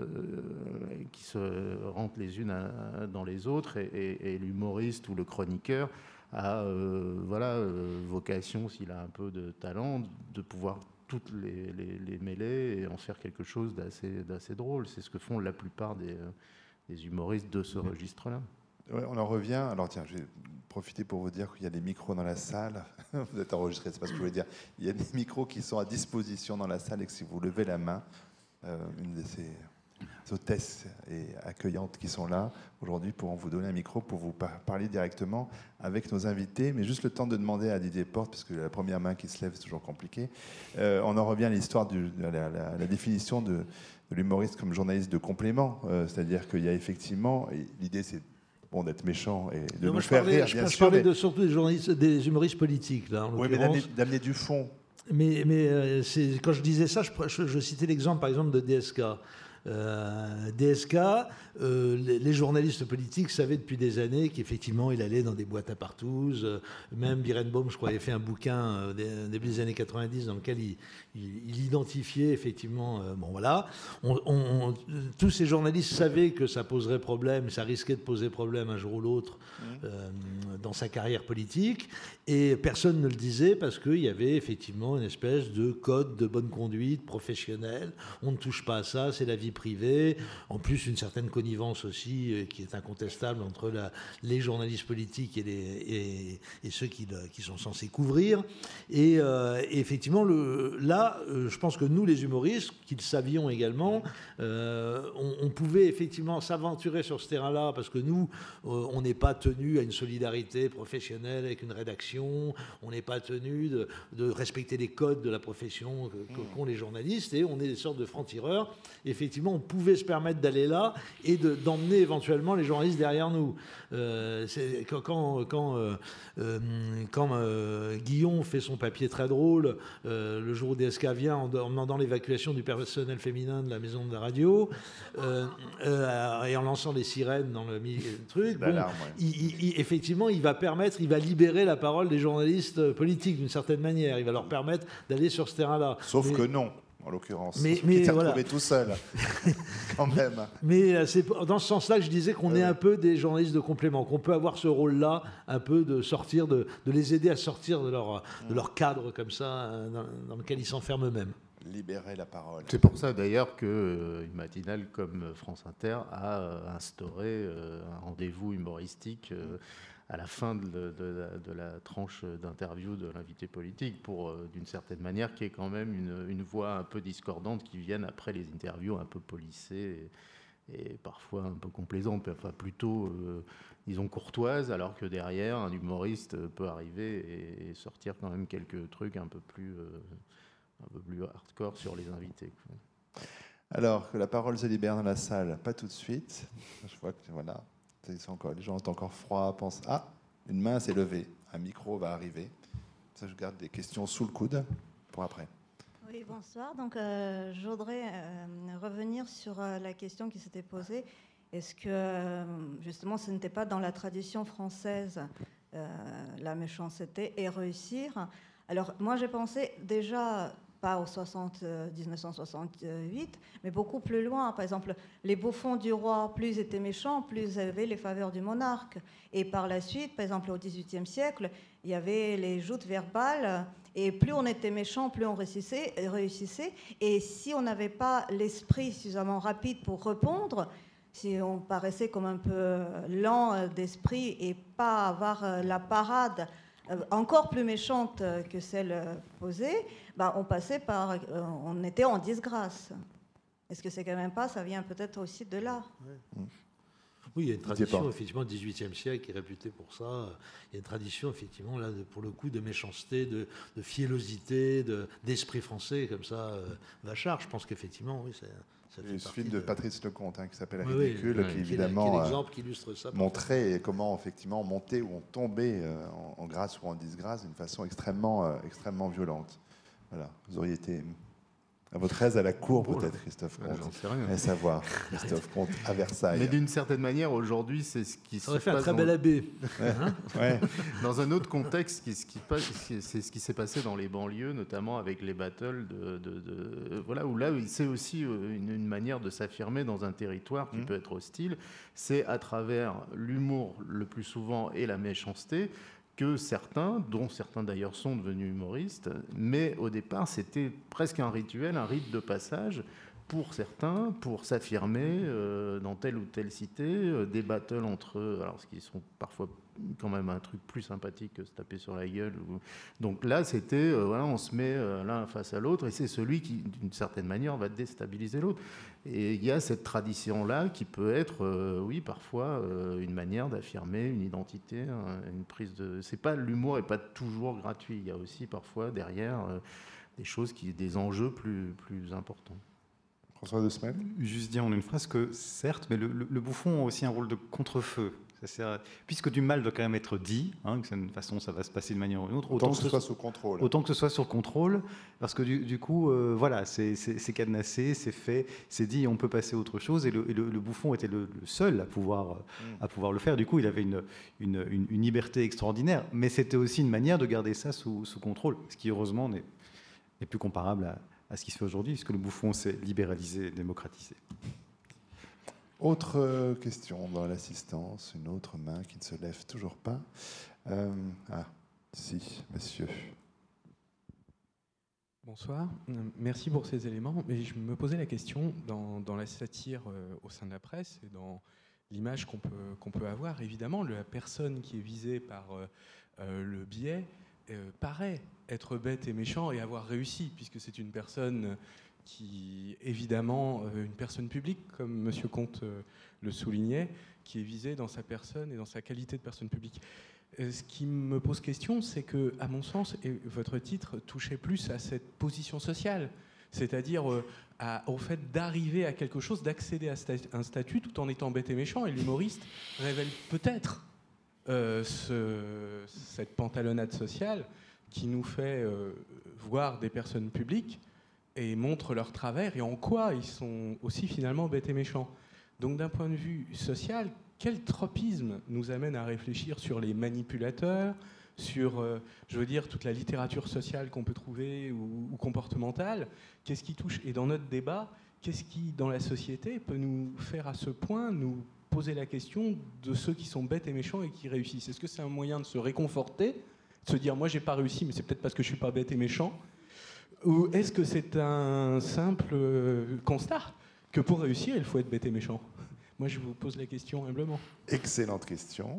qui se rentrent les unes à, dans les autres et, et et l'humoriste ou le chroniqueur a euh, voilà, euh, vocation, s'il a un peu de talent, de pouvoir toutes les, les, les mêler et en faire quelque chose d'assez, d'assez drôle. C'est ce que font la plupart des, des humoristes de ce registre-là. Ouais, on en revient. Alors tiens, je vais profiter pour vous dire qu'il y a des micros dans la salle. Vous êtes enregistré, c'est pas ce que je voulais dire. Il y a des micros qui sont à disposition dans la salle et que si vous levez la main, euh, une de ces... hôtesses et accueillantes qui sont là aujourd'hui pourront vous donner un micro pour vous par- parler directement avec nos invités. Mais juste le temps de demander à Didier Porte, parce que la première main qui se lève, c'est toujours compliqué. Euh, on en revient à l'histoire de la, la, la définition de, de l'humoriste comme journaliste de complément. Euh, c'est-à-dire qu'il y a effectivement... Et l'idée, c'est bon, d'être méchant et de non, nous je faire parlais, rire, je, bien je sûr. parlais Mais... de, surtout des, journalistes, des humoristes politiques, là, en oui, mais d'amener, d'amener du fond. Mais, mais euh, c'est, quand je disais ça, je, je, je citais l'exemple, par exemple, de D S K. Euh, D S K, euh, les, les journalistes politiques savaient depuis des années qu'effectivement il allait dans des boîtes à partouze. Euh, même Birenbaum, je crois, avait fait un bouquin euh, des, début des années quatre-vingt-dix dans lequel il, il, il identifiait effectivement. Euh, bon voilà, on, on, tous ces journalistes savaient que ça poserait problème, ça risquait de poser problème un jour ou l'autre euh, dans sa carrière politique, et personne ne le disait parce qu'il y avait effectivement une espèce de code de bonne conduite professionnelle. On ne touche pas à ça, c'est la vie privée. En plus, une certaine connivence aussi euh, qui est incontestable entre la, les journalistes politiques et, les, et, et ceux qui, qui sont censés couvrir. Et, euh, et effectivement, le, là, euh, je pense que nous, les humoristes, qui le savions également, euh, on, on pouvait effectivement s'aventurer sur ce terrain-là parce que nous, euh, on n'est pas tenu à une solidarité professionnelle avec une rédaction, on n'est pas tenu de, de respecter les codes de la profession qu'ont les journalistes, et on est des sortes de francs-tireurs. Effectivement, on pouvait se permettre d'aller là et de, d'emmener éventuellement les journalistes derrière nous. Euh, c'est, quand quand, quand, euh, euh, quand euh, Guillon fait son papier très drôle, euh, le jour où D S K vient en, en demandant l'évacuation du personnel féminin de la maison de la radio, euh, euh, et en lançant les sirènes dans le, le truc, bon, ouais. il, il, effectivement, il va permettre, il va libérer la parole des journalistes politiques d'une certaine manière. Il va leur permettre d'aller sur ce terrain-là. Sauf Mais, que non. en l'occurrence. Mais- Qui mais s'est voilà. retrouvé tout seul, quand même. Mais euh, c'est dans ce sens-là que je disais qu'on Ouais. est un peu des journalistes de complément, qu'on peut avoir ce rôle-là, un peu de sortir, de, de les aider à sortir de leur, de leur cadre comme ça, euh, dans, dans lequel ils s'enferment eux-mêmes. Libérer la parole. C'est pour ça d'ailleurs qu'une euh, matinale comme France Inter a euh, instauré euh, un rendez-vous humoristique euh, à la fin de, de- de la, de la tranche d'interview de l'invité politique, pour, euh, d'une certaine manière, qu'il y ait quand même une, une voix un peu discordante qui vienne après les interviews un peu polissées et, et parfois un peu complaisantes, enfin plutôt, euh, disons, courtoises, alors que derrière, un humoriste peut arriver et, et sortir quand même quelques trucs un peu plus... euh, un peu plus hardcore sur les invités, quoi. Alors, que la parole se libère dans la salle, pas tout de suite. Je vois que voilà, c'est encore, les gens sont encore froids, pensent ah, une main s'est levée, un micro va arriver. Ça, je garde des questions sous le coude pour après. Oui, bonsoir. Donc, euh, je voudrais euh, revenir sur euh, la question qui s'était posée. Est-ce que, euh, justement, ce n'était pas dans la tradition française euh, la méchanceté et réussir? Alors, moi, j'ai pensé déjà, pas au soixante, euh, dix-neuf cent soixante-huit, mais beaucoup plus loin. Par exemple, les bouffons du roi, plus ils étaient méchants, plus ils avaient les faveurs du monarque. Et par la suite, par exemple, au dix-huitième siècle, il y avait les joutes verbales. Et plus on était méchant, plus on réussissait. réussissait. Et si on n'avait pas l'esprit suffisamment rapide pour répondre, si on paraissait comme un peu lent d'esprit et pas avoir la parade encore plus méchante que celle posée, ben on passait par, on était en disgrâce. Est-ce que c'est quand même pas, ça vient peut-être aussi de là? Oui, il y a une Didier tradition, Porte. effectivement, du dix-huitième siècle qui est réputée pour ça. Il y a une tradition, effectivement, là, de- pour le coup, de méchanceté, de, de fiellosité, de- d'esprit français, comme ça, euh, vachard. Je pense qu'effectivement, oui, ça, ça fait Il y a ce partie film de Patrice Lecomte hein, qui s'appelle Oui, oui, Ridicule, oui, qui qui est- évidemment qui est euh, l'exemple qui illustre ça. montrait comment effectivement monter ou on tombait euh, en, en grâce ou en disgrâce d'une façon extrêmement, euh, extrêmement violente. Voilà, vous auriez été à votre aise à la cour peut-être, Christophe Ouais, Comte. j'en sais rien. Et savoir, Christophe Comte à Versailles. Mais d'une certaine manière, aujourd'hui, c'est ce qui Ça se aurait fait un passe très dans- bel abbé. Ouais. Dans un autre contexte, qui- ce qui passe- c'est ce qui s'est passé dans les banlieues, notamment avec les battles, de, de- de- voilà, où là, c'est aussi une, une manière de s'affirmer dans un territoire qui Mmh. peut être hostile. C'est à travers l'humour le plus souvent et la méchanceté que certains, dont certains d'ailleurs sont devenus humoristes, mais au départ, c'était presque un rituel, un rite de passage pour certains, pour s'affirmer euh, dans telle ou telle cité, euh, des battles entre eux, alors ce qui sont parfois quand même un truc plus sympathique que se taper sur la gueule. Ou... Donc là, c'était, euh, voilà, on se met euh, l'un face à l'autre, et c'est celui qui, d'une certaine manière, va déstabiliser l'autre. Et il y a cette tradition-là qui peut être, euh, oui, parfois, euh, une manière d'affirmer une identité, hein, une prise de... C'est pas, l'humour n'est pas toujours gratuit, il y a aussi parfois derrière euh, des choses, qui, des enjeux plus, plus importants. François de Semel. Juste dire en une phrase que, certes, mais le, le- le bouffon a aussi un rôle de contre-feu. Ça sert- puisque du mal doit quand même être dit, hein, que d'une façon ça va se passer de manière ou d'une autre, Autant que ce soit sous contrôle. autant que ce soit sur contrôle, parce que du, du coup, euh, voilà, c'est c'est- c'est cadenassé, c'est fait, c'est dit, on peut passer à autre chose, et le, et le- le bouffon était le, le seul à pouvoir, euh, à pouvoir le faire. Du coup, il avait une, une, une- une liberté extraordinaire, mais c'était aussi une manière de garder ça sous, sous contrôle, ce qui heureusement n'est n'est plus comparable à, à ce qui se fait aujourd'hui, puisque le bouffon s'est libéralisé et démocratisé. Autre euh, question dans l'assistance, une autre main qui ne se lève toujours pas. Euh, ah, si, monsieur. Bonsoir, Euh, merci pour ces éléments. Mais je me posais la question, dans, dans la satire euh, au sein de la presse et dans l'image qu'on peut, qu'on peut avoir, évidemment, la personne qui est visée par euh, euh, le biais euh, paraît être bête et méchant et avoir réussi, puisque c'est une personne qui, évidemment, euh, une personne publique, comme M. Comte euh, le soulignait, qui est visée dans sa personne et dans sa qualité de personne publique. Euh, Ce qui me pose question, c'est que, à mon sens, et votre titre touchait plus à cette position sociale, c'est-à-dire euh, à- au fait d'arriver à quelque chose, d'accéder à sta- un statut tout en étant bête et méchant. Et l'humoriste révèle peut-être euh, ce- cette pantalonnade sociale qui nous fait euh, voir des personnes publiques et montre leur travers et en quoi ils sont aussi finalement bêtes et méchants. Donc d'un point de vue social, quel tropisme nous amène à réfléchir sur les manipulateurs, sur, euh, je veux dire, toute la littérature sociale qu'on peut trouver ou, ou comportementale. Qu'est-ce qui touche ? Et dans notre débat, qu'est-ce qui, dans la société, peut nous faire à ce point nous poser la question de ceux qui sont bêtes et méchants et qui réussissent ? Est-ce que c'est un moyen de se réconforter, de se dire, moi, j'ai pas réussi, mais c'est peut-être parce que je suis pas bête et méchant ? Ou est-ce que c'est un simple constat que pour réussir, il faut être bête et méchant ? Moi, je vous pose la question humblement. Excellente question.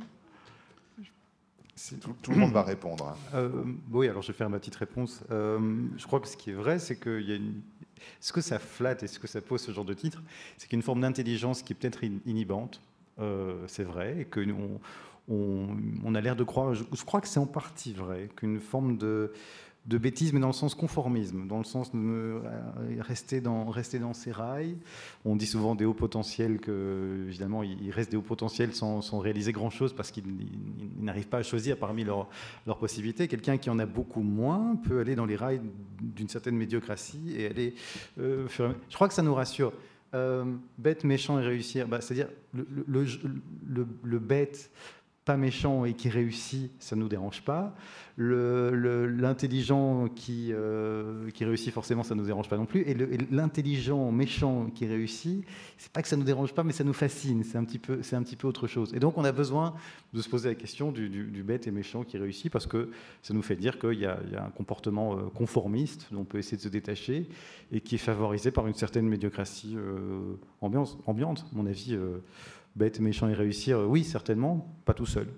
Tout, tout le monde va répondre. Hein. Euh, oui, alors je vais faire ma petite réponse. Euh, je crois que ce qui est vrai, c'est qu'il y a une... Ce que ça flatte et ce que ça pose ce genre de titre, c'est qu'il y a une forme d'intelligence qui est peut-être inhibante, euh, c'est vrai, et qu'on on, on a l'air de croire, je, je crois que c'est en partie vrai, qu'une forme de... de bêtise, mais dans le sens conformisme, dans le sens de euh, rester, dans, rester dans ses rails. On dit souvent des hauts potentiels que, évidemment, ils restent des hauts potentiels sans, sans réaliser grand-chose parce qu'ils n'arrivent pas à choisir parmi leurs, leurs possibilités. Quelqu'un qui en a beaucoup moins peut aller dans les rails d'une certaine médiocratie et aller... Euh, faire... Je crois que ça nous rassure. Euh, bête, méchant et réussir, bah, c'est-à-dire le, le, le, le bête... pas méchant et qui réussit, ça ne nous dérange pas. Le, le, l'intelligent qui, euh, qui réussit, forcément, ça ne nous dérange pas non plus. Et, le, et l'intelligent méchant qui réussit, c'est pas que ça ne nous dérange pas, mais ça nous fascine. C'est un petit peu, c'est un petit peu autre chose. Et donc, on a besoin de se poser la question du, du, du bête et méchant qui réussit, parce que ça nous fait dire qu'il y a, il y a un comportement conformiste dont on peut essayer de se détacher et qui est favorisé par une certaine médiocratie euh, ambiance, ambiante, à mon avis. Euh, Bête, méchant et réussir, oui, certainement, pas tout seul.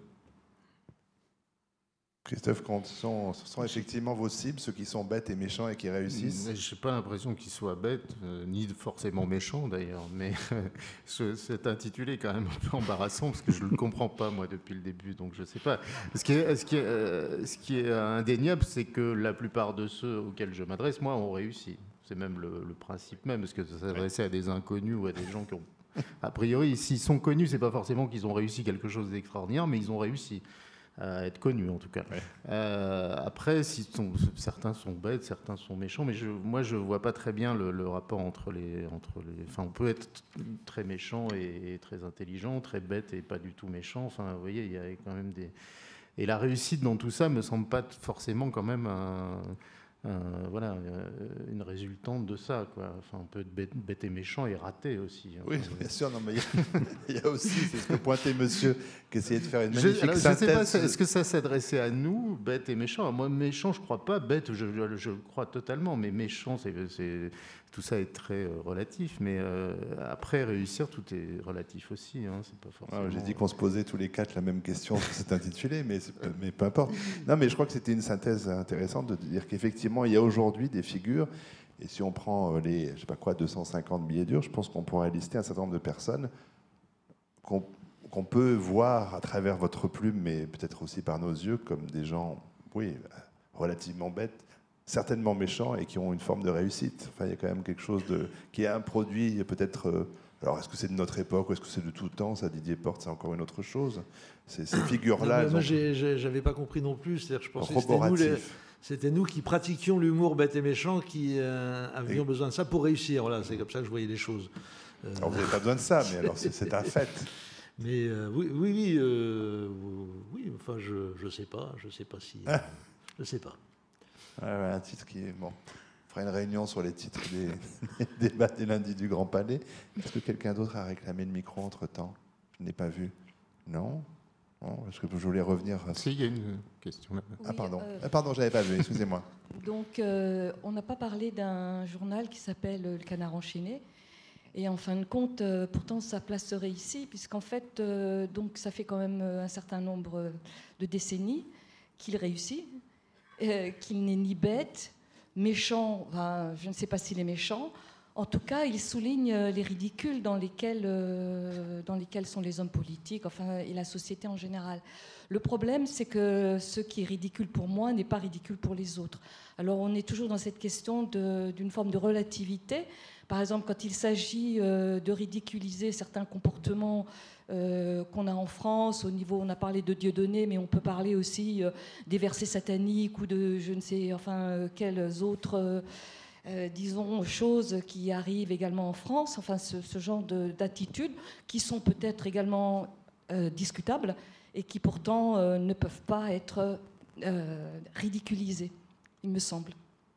Christophe, ce sont, ce sont effectivement vos cibles, ceux qui sont bêtes et méchants et qui réussissent. Je n'ai pas l'impression qu'ils soient bêtes, euh, ni forcément méchants d'ailleurs, mais ce, cet intitulé est quand même un peu embarrassant parce que je ne le comprends pas moi depuis le début, donc je ne sais pas. Ce qui est, ce qui est, euh, ce qui est indéniable, c'est que la plupart de ceux auxquels je m'adresse, moi, ont réussi. C'est même le, le principe même, parce que ça s'adressait à des inconnus ou à des gens qui ont... A priori, s'ils sont connus, c'est pas forcément qu'ils ont réussi quelque chose d'extraordinaire, mais ils ont réussi à être connus, en tout cas. Ouais. Euh, après, si sont, certains sont bêtes, certains sont méchants, mais je, moi, je vois pas très bien le, le rapport entre les, entre les... Enfin, on peut être très méchant et, et très intelligent, très bête et pas du tout méchant. Enfin, vous voyez, il y a quand même des... Et la réussite dans tout ça me semble pas forcément quand même un... Euh, voilà, euh, une résultante de ça, quoi. Enfin, on peut être bête, bête et méchant et raté aussi. Hein. Oui, bien sûr. Non, mais il y, y a aussi, c'est ce que pointait monsieur, qui essayait de faire une je, magnifique alors, synthèse. Je ne sais pas, est-ce que ça s'adressait à nous, bête et méchant ? Moi, méchant, je ne crois pas. Bête, je, je, je le crois totalement. Mais méchant, c'est, c'est, tout ça est très euh, relatif. Mais euh, après, réussir, tout est relatif aussi. Hein, c'est pas forcément... ah, j'ai dit qu'on se posait tous les quatre la même question sur cet intitulé, mais, mais peu importe. Non, mais je crois que c'était une synthèse intéressante de dire qu'effectivement, il y a aujourd'hui des figures, et si on prend les, je sais pas quoi, deux cent cinquante billets durs, je pense qu'on pourrait lister un certain nombre de personnes qu'on, qu'on peut voir à travers votre plume, mais peut-être aussi par nos yeux, comme des gens, oui, relativement bêtes, certainement méchants, et qui ont une forme de réussite. Enfin, il y a quand même quelque chose de, qui est un produit peut-être... Alors, est-ce que c'est de notre époque ou est-ce que c'est de tout temps ? Ça, Didier Porte, c'est encore une autre chose. Ces, ces figures-là... Non, moi, ont... j'ai, j'ai, j'avais pas compris non plus. C'est-à-dire, je pensais que c'était nous, les, c'était nous qui pratiquions l'humour bête et méchant, qui euh, avions et... besoin de ça pour réussir. Voilà, c'est comme ça que je voyais les choses. Euh... Alors, vous n'avez pas besoin de ça, mais alors c'est, c'est un fait. Mais euh, oui, oui, oui, euh, oui, enfin, je je sais pas, je sais pas si... Euh, je sais pas. Ouais, ouais, un titre qui est... Bon. On fera une réunion sur les titres des, des débats des lundis du Grand Palais. Est-ce que quelqu'un d'autre a réclamé le micro entre-temps ? Je n'ai pas vu. Non ? Non, est-ce que je voulais revenir à... Si, il y a une question là. Oui, ah, pardon. Euh... Ah, pardon, je n'avais pas vu, excusez-moi. Donc, euh, on n'a pas parlé d'un journal qui s'appelle Le Canard enchaîné. Et en fin de compte, euh, pourtant, sa place serait ici, puisqu'en fait, euh, donc, ça fait quand même un certain nombre de décennies qu'il réussit, euh, qu'il n'est ni bête, méchant, enfin, je ne sais pas s'il est méchant. En tout cas, il souligne les ridicules dans lesquels, euh, dans lesquels sont les hommes politiques, enfin, et la société en général. Le problème, c'est que ce qui est ridicule pour moi n'est pas ridicule pour les autres. Alors, on est toujours dans cette question de, d'une forme de relativité. Par exemple, quand il s'agit euh, de ridiculiser certains comportements euh, qu'on a en France, au niveau, on a parlé de Dieudonné, mais on peut parler aussi euh, des versets sataniques ou de je ne sais, enfin, euh, quelles autres... Euh, Euh, disons, choses qui arrivent également en France, enfin ce, ce genre de, d'attitudes qui sont peut-être également euh, discutables et qui pourtant euh, ne peuvent pas être euh, ridiculisé, il me semble.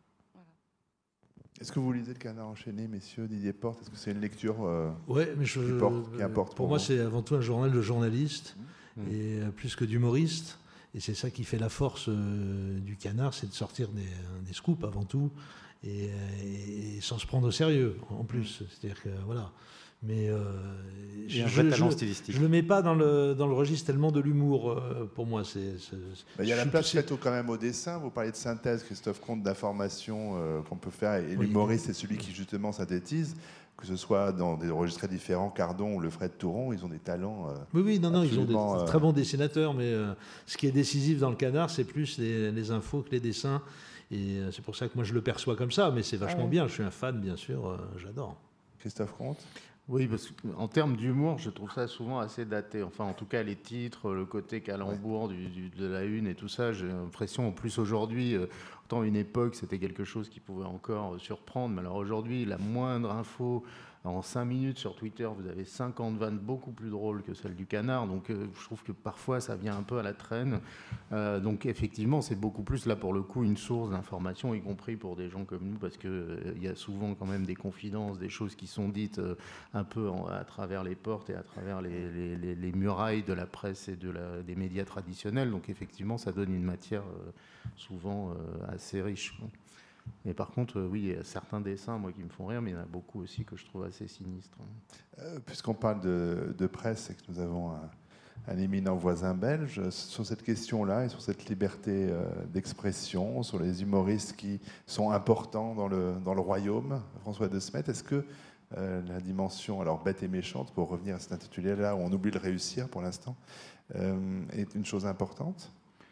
Est-ce que vous lisez Le Canard enchaîné, messieurs, Didier Porte? Est-ce que c'est une lecture euh, ouais, mais je, qui, porte, qui importe pour, pour moi, vous? c'est avant tout un journal de journaliste, Mmh. et euh, plus que d'humoriste. Et c'est ça qui fait la force euh, du Canard, c'est de sortir des, des scoops avant tout, et, et, et sans se prendre au sérieux, en plus. C'est-à-dire que, voilà. Mais euh, Il y a un je vrai talent je- stylistique. je le mets pas dans le, dans le registre tellement de l'humour, euh, pour moi. C'est, c'est- Bah, il y a je la suis place poussé- faite au- quand même au dessin. Vous parlez de synthèse, Christophe Comte, d'informations euh, qu'on peut faire. Et Oui. l'humoriste, c'est celui qui justement synthétise, que ce soit dans des registres très différents, Cardon ou le Fred Touron, ils ont des talents. euh, Oui, oui, non, non, ils ont absolument, des euh, très bons dessinateurs, mais euh, ce qui est décisif dans le Canard, c'est plus les, les infos que les dessins. Et euh, c'est pour ça que moi je le perçois comme ça, mais c'est vachement Ah ouais. bien. Je suis un fan, bien sûr, euh, j'adore. Christophe Comte. Oui, parce qu'en termes d'humour, je trouve ça souvent assez daté. Enfin, en tout cas, les titres, le côté calembour du, du- de la une et tout ça, j'ai l'impression, en plus aujourd'hui, euh, autant une époque, c'était quelque chose qui pouvait encore euh, surprendre, mais alors aujourd'hui, la moindre info, en cinq minutes sur Twitter, vous avez cinquante vannes beaucoup plus drôles que celles du Canard, donc euh, je trouve que parfois, ça vient un peu à la traîne. Euh, donc effectivement, c'est beaucoup plus, là, pour le coup, une source d'information, y compris pour des gens comme nous, parce qu'il euh, y a souvent quand même des confidences, des choses qui sont dites euh, un peu en- à travers les portes et à travers les, les- les- les murailles de la presse et de la- des médias traditionnels. Donc effectivement, ça donne une matière euh, souvent euh, assez riche, quoi. Mais par contre, euh, oui, il y a certains dessins, moi, qui me font rire, mais il y en a beaucoup aussi que je trouve assez sinistres. Euh, Puisqu'on parle de, de presse et que nous avons un, un éminent voisin belge, sur cette question-là et sur cette liberté euh, d'expression, sur les humoristes qui sont importants dans le, dans le royaume, François de Smet, est-ce que euh, la dimension, alors bête et méchante, pour revenir à cet intitulé-là où on oublie de réussir pour l'instant, euh, est une chose importante?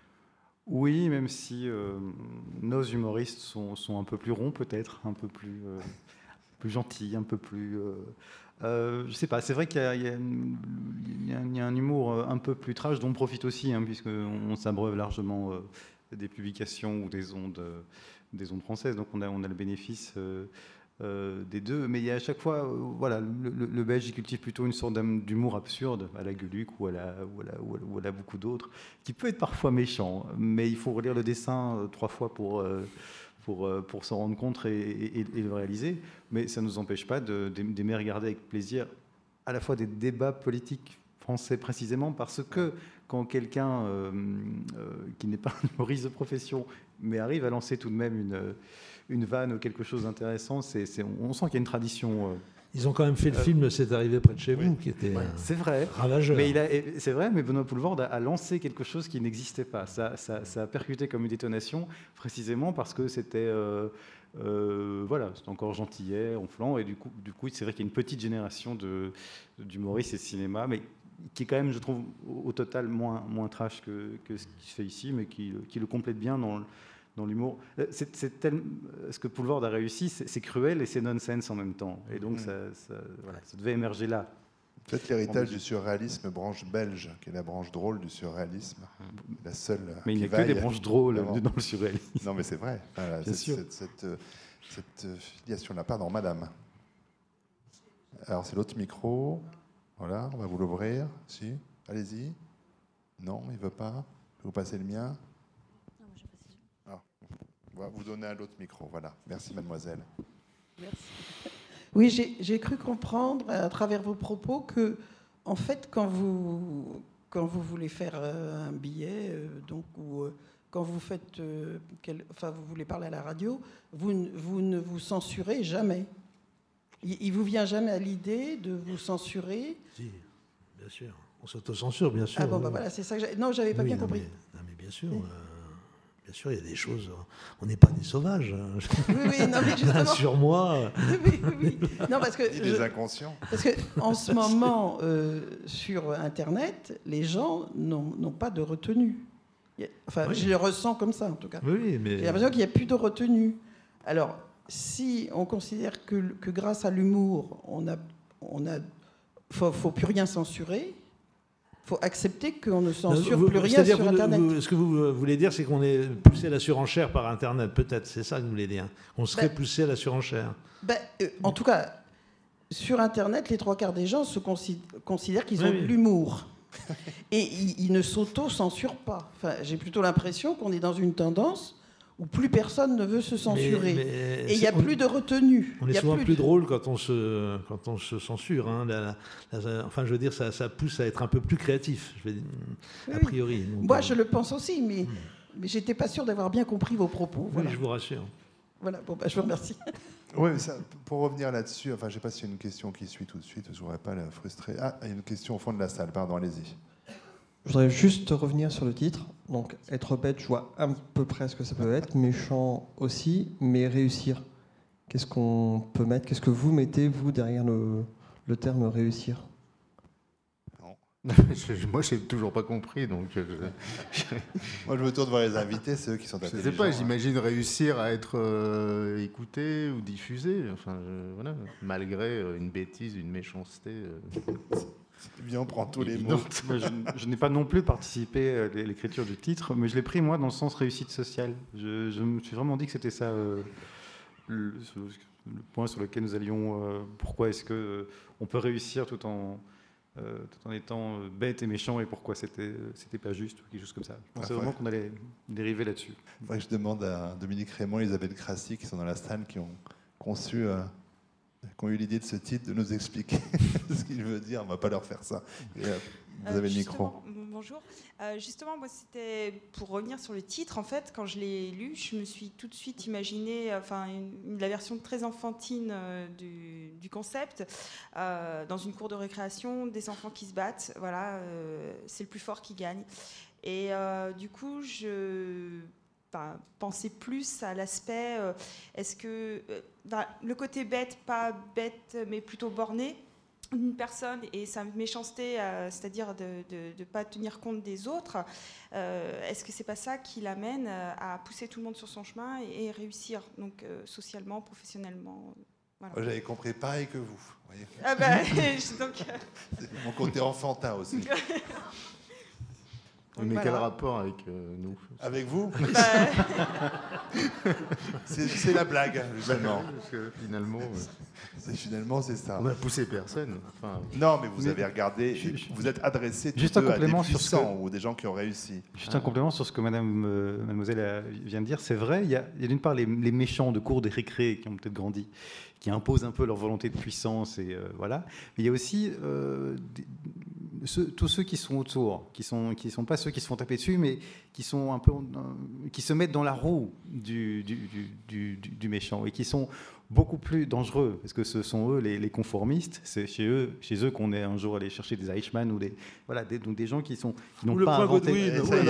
Oui, même si euh, nos humoristes sont, sont un peu plus ronds, peut-être, un peu plus, euh, plus gentils, un peu plus. Euh, euh, je sais pas, c'est vrai qu'il y a, il y a une- il y a un- il y a un humour un peu plus trash dont on profite aussi, hein, puisqu'on s'abreuve largement euh, des publications ou des ondes, euh, des ondes françaises, donc on a, on a le bénéfice. Euh, euh, des deux, mais il y a à chaque fois, euh, voilà, le, le- le Belge il cultive plutôt une sorte d'am- d'humour absurde, à la Gueuluc ou à la, ou à la, ou à la- ou à la beaucoup d'autres, qui peut être parfois méchant, mais il faut relire le dessin euh, trois fois pour, euh, pour, euh, pour s'en rendre compte et, et- et le réaliser, mais ça ne nous empêche pas de- d'aimer regarder avec plaisir à la fois des débats politiques français précisément, parce que quand quelqu'un euh, euh, qui n'est pas un humoriste de profession, mais arrive à lancer tout de même une une vanne ou quelque chose d'intéressant, c'est, c'est, on sent qu'il y a une tradition. euh, Ils ont quand même fait le Euh, film C'est arrivé près de chez vous, oui. qui était ouais, euh, c'est vrai. ravageur. Mais il a, et c'est vrai, mais Benoît Poelvoorde a, a lancé quelque chose qui n'existait pas. Ça, ça, ça a percuté comme une détonation, précisément parce que c'était, euh, euh, voilà, c'était encore gentillet, ronflant, et du coup, du coup, c'est vrai qu'il y a une petite génération de, d'humoristes et de cinéma, mais qui est quand même, je trouve, au, au total moins, moins trash que, que ce qui se fait ici, mais qui, qui le complète bien dans le, dans l'humour. C'est, c'est tel- ce que Poelvoorde a réussi, c'est, c'est cruel et c'est nonsense en même temps. Et donc, Mm. ça, ça, voilà, ça devait émerger là. Peut-être l'héritage du surréalisme branche belge, qui est la branche drôle du surréalisme, la seule. Mais il n'y a qui que vaille. des branches drôles Vraiment. dans le surréalisme. Non, mais c'est vrai. Voilà, Bien cette, sûr. Cette, cette, euh, cette, euh, filiation-là. Pardon, madame. Alors, c'est l'autre micro. Voilà, on va vous l'ouvrir. Si, allez-y. Non, il ne veut pas. Je vais vous passer le mien. Ah, on va vous donner à l'autre micro. Voilà. Merci, mademoiselle. Oui, j'ai j'ai cru comprendre à travers vos propos que, en fait, quand vous, quand vous voulez faire euh, un billet, euh, donc, ou euh, quand vous faites, euh, quel- enfin, vous voulez parler à la radio, vous, ne- vous ne vous censurez jamais. Il, il vous vient jamais à l'idée de vous censurer. Si, bien sûr. On s'autocensure, bien sûr. Ah bon, oui, bah oui. voilà, c'est ça que j'ai... Non, j'avais pas Oui, bien non, compris. Mais, non, mais bien sûr. Oui. euh, bien sûr, il y a des choses. euh, On n'est pas des sauvages. hein. Oui, oui, non, mais justement. Sur moi. euh, Oui, oui, oui. Non, parce que... Dis je- des inconscients. Parce qu'en ce moment, euh, sur Internet, les gens n'ont n'ont pas de retenue. Il y a- Enfin, Oui. je le ressens comme ça, en tout cas. Oui, oui, mais. J'ai l'impression qu'il n'y a plus de retenue. Alors, si on considère que, que grâce à l'humour, on a, on a, faut, faut plus rien censurer, faut accepter qu'on ne censure Vous- plus rien c'est-à-dire, sur vous- Internet. vous- ce que vous voulez dire, c'est qu'on est poussé à la surenchère par Internet, peut-être. C'est ça que vous voulez dire. On serait Ben- poussé à la surenchère. Ben, euh, en tout cas, sur Internet, les trois quarts des gens se consi- considèrent qu'ils Oui, ont oui. de l'humour. Et ils, ils ne s'auto-censurent pas. Enfin, j'ai plutôt l'impression qu'on est dans une tendance où plus personne ne veut se censurer. Mais, mais et il n'y a on, plus de retenue. On est y a souvent plus, plus de... drôle quand on se, quand on se censure. Hein. La, la, la, enfin, je veux dire, ça, ça pousse à être un peu plus créatif, je vais, oui. a priori. Donc, Moi, euh... je le pense aussi, mais, hmm. mais je n'étais pas sûre d'avoir bien compris vos propos. Voilà. Oui, je vous rassure. Voilà, bon, bah, je vous remercie. Oui, mais ça, pour revenir là-dessus, enfin, je ne sais pas s'il y a une question qui suit tout de suite, je ne voudrais pas la frustrer. Ah, il y a une question au fond de la salle, pardon, allez-y. Je voudrais juste revenir sur le titre. Donc, être bête, je vois à peu près ce que ça peut être, méchant aussi, mais réussir. Qu'est-ce qu'on peut mettre, qu'est-ce que vous mettez, vous, derrière le, le terme réussir? Non. Moi, je n'ai toujours pas compris. Donc, je... Moi, je me tourne vers les invités, c'est eux qui sont intelligents. Je ne sais pas, j'imagine réussir à être euh, écouté ou diffusé, enfin, je, voilà, malgré une bêtise, une méchanceté. Euh... Bien, on prend tous les mots. Moi, je, je n'ai pas non plus participé à l'écriture du titre, mais je l'ai pris, moi, dans le sens réussite sociale. Je, je me suis vraiment dit que c'était ça euh, le, le point sur lequel nous allions. Euh, pourquoi est-ce qu'on euh, peut réussir tout en, euh, tout en étant bête et méchant, et pourquoi c'était c'était pas juste, ou quelque chose comme ça. Je pensais ah, vraiment qu'on allait dériver là-dessus. Il faudrait que je demande à Dominique Raymond et Isabelle Crassi, qui sont dans la salle, qui ont conçu... Euh, qui ont eu l'idée de ce titre, de nous expliquer ce qu'il veut dire. On ne va pas leur faire ça. Et, euh, vous avez euh, le micro. Bonjour. Euh, justement, moi, c'était pour revenir sur le titre. En fait, quand je l'ai lu, je me suis tout de suite imaginé, enfin, une, la version très enfantine euh, du, du concept, euh, dans une cour de récréation, des enfants qui se battent. Voilà, euh, c'est le plus fort qui gagne. Et euh, du coup, je Enfin, penser plus à l'aspect, euh, est-ce que euh, ben, le côté bête, pas bête, mais plutôt borné d'une personne et sa méchanceté, euh, c'est-à-dire de ne pas tenir compte des autres, euh, est-ce que c'est pas ça qui l'amène à pousser tout le monde sur son chemin et, et réussir, donc euh, socialement, professionnellement? Voilà. J'avais compris pareil que vous. Voyez. Ah ben, donc... Mon côté enfantin aussi. Donc mais voilà. Quel rapport avec euh, nous? Avec vous? C'est la blague, finalement. Parce que finalement, c'est finalement c'est ça. On n'a poussé personne. Enfin, non, mais vous mais avez regardé, je, je, vous êtes adressé juste un complément à des puissants sur ce que, ou des gens qui ont réussi. Juste ah. un complément sur ce que Madame, euh, Mademoiselle vient de dire. C'est vrai, il y a, a d'une part les, les méchants de cours des récrés qui ont peut-être grandi, qui imposent un peu leur volonté de puissance, et euh, voilà. Mais il y a aussi euh, des, ceux, tous ceux qui sont autour, qui sont qui sont pas ceux qui se font taper dessus, mais qui sont un peu, euh, qui se mettent dans la roue du du, du, du, du méchant et qui sont beaucoup plus dangereux, parce que ce sont eux les, les conformistes. C'est chez eux, chez eux qu'on est un jour allé chercher des Eichmann ou des voilà, des, donc des gens qui sont qui n'ont pas inventé.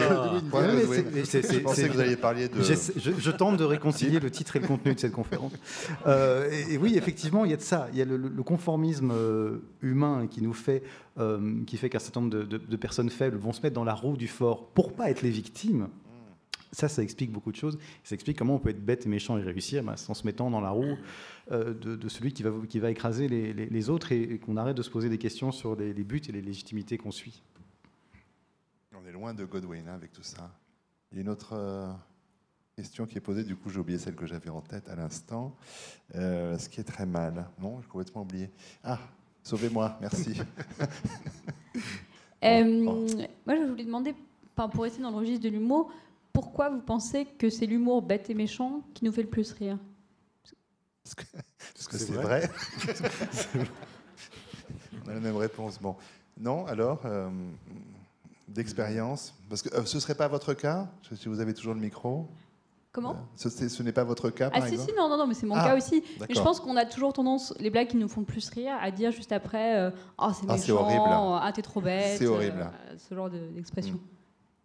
Je pensais que vous alliez parler de. Je, je, je tente de réconcilier le titre et le contenu de cette conférence. Euh, et, et oui, effectivement, il y a de ça. Il y a le, le conformisme euh, humain qui nous fait, euh, qui fait qu'un certain nombre de, de, de personnes faibles vont se mettre dans la roue du fort pour pas être les victimes. Ça, ça explique beaucoup de choses. Ça explique comment on peut être bête et méchant et réussir, bah, en se mettant dans la roue euh, de, de celui qui va, qui va écraser les, les, les autres, et, et qu'on arrête de se poser des questions sur les, les buts et les légitimités qu'on suit. On est loin de Godwin hein, avec tout ça. Il y a une autre euh, question qui est posée, du coup j'ai oublié celle que j'avais en tête à l'instant. Euh, ce qui est très mal. Non, j'ai complètement oublié. Ah, sauvez-moi, merci. euh, oh. Moi, je voulais demander, pour rester dans le registre de l'humour, pourquoi vous pensez que c'est l'humour bête et méchant qui nous fait le plus rire? Parce que c'est -ce vrai. vrai. On a la même réponse. Bon. Non, alors, euh, d'expérience, parce que euh, ce ne serait pas votre cas, si vous avez toujours le micro. Comment euh, Ce, ce n'est pas votre cas, par ah, exemple? Si, si, non, non, non, mais c'est mon ah, cas aussi. Mais je pense qu'on a toujours tendance, les blagues qui nous font le plus rire, à dire juste après euh, « Oh, c'est méchant, ah, horrible. Ah, t'es trop bête », c'est horrible. Euh, ce genre d'expression. De, mmh.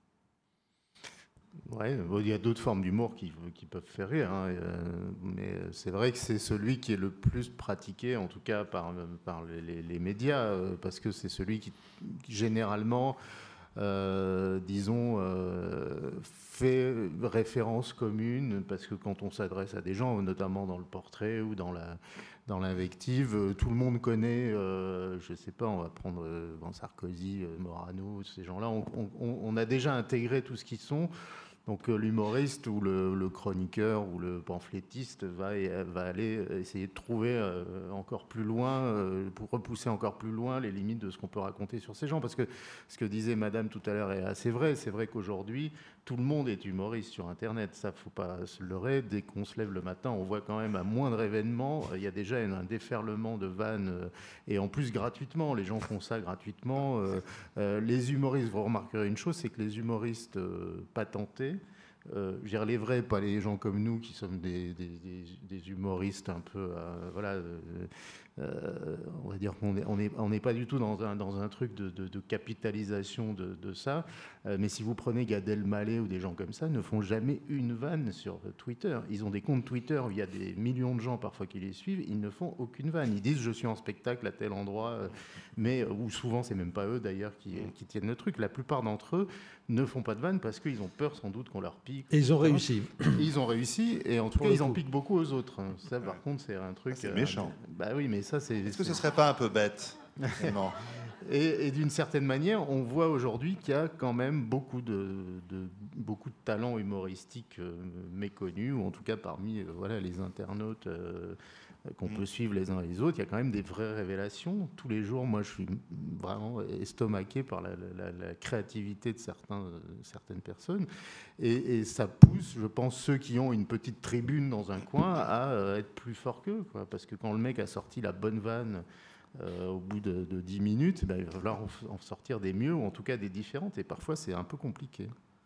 Ouais, bon, il y a d'autres formes d'humour qui, qui peuvent faire rire, hein, euh, mais c'est vrai que c'est celui qui est le plus pratiqué, en tout cas par, par les, les médias, euh, parce que c'est celui qui, qui généralement, euh, disons, euh, fait référence commune, parce que quand on s'adresse à des gens, notamment dans le portrait ou dans la dans l'invective, tout le monde connaît, euh, je ne sais pas, on va prendre euh, Sarkozy, euh, Morano, ces gens-là, on, on, on a déjà intégré tout ce qu'ils sont. Donc l'humoriste ou le, le chroniqueur ou le pamphlétiste va, va aller essayer de trouver euh, encore plus loin, euh, pour repousser encore plus loin les limites de ce qu'on peut raconter sur ces gens. Parce que ce que disait Madame tout à l'heure est assez vrai. C'est vrai qu'aujourd'hui, tout le monde est humoriste sur Internet. Ça, faut pas se leurrer. Dès qu'on se lève le matin, on voit quand même à moindre événement, il y a déjà un déferlement de vannes, euh, et en plus gratuitement. Les gens font ça gratuitement. Euh, euh, les humoristes, vous remarquerez une chose, c'est que les humoristes euh, patentés, Euh, je veux dire, les vrais, pas les gens comme nous qui sommes des, des, des, des humoristes un peu, euh, voilà, euh, euh, on va dire qu'on n'est on est, on est pas du tout dans un, dans un truc de, de, de capitalisation de, de ça. Euh, mais si vous prenez Gad Elmaleh ou des gens comme ça, ne font jamais une vanne sur Twitter. Ils ont des comptes Twitter, il y a des millions de gens parfois qui les suivent, ils ne font aucune vanne. Ils disent je suis en spectacle à tel endroit, euh, mais ou souvent c'est même pas eux d'ailleurs qui, qui tiennent le truc. La plupart d'entre eux ne font pas de vanne parce qu'ils ont peur sans doute qu'on leur pique. Et ils ont réussi. Et ils ont réussi, et en tout Pour cas, le ils en coup. piquent beaucoup aux autres. Ça, par contre, c'est un truc... Ah, c'est méchant. Euh, bah oui, mais ça, c'est... Est-ce que ce serait pas un peu bête? Non. Et, et d'une certaine manière, on voit aujourd'hui qu'il y a quand même beaucoup de, de, beaucoup de talents humoristiques euh, méconnus, ou en tout cas parmi euh, voilà, les internautes euh, qu'on mmh. peut suivre les uns et les autres. Il y a quand même des vraies révélations. Tous les jours, moi, je suis vraiment estomaqué par la, la, la créativité de certains, euh, certaines personnes. Et, et ça pousse, je pense, ceux qui ont une petite tribune dans un coin à euh, être plus forts qu'eux, quoi. Parce que quand le mec a sorti la bonne vanne Euh, au bout de, de dix minutes, ben, il va falloir en, en sortir des mieux, ou en tout cas des différentes, et parfois c'est un peu compliqué.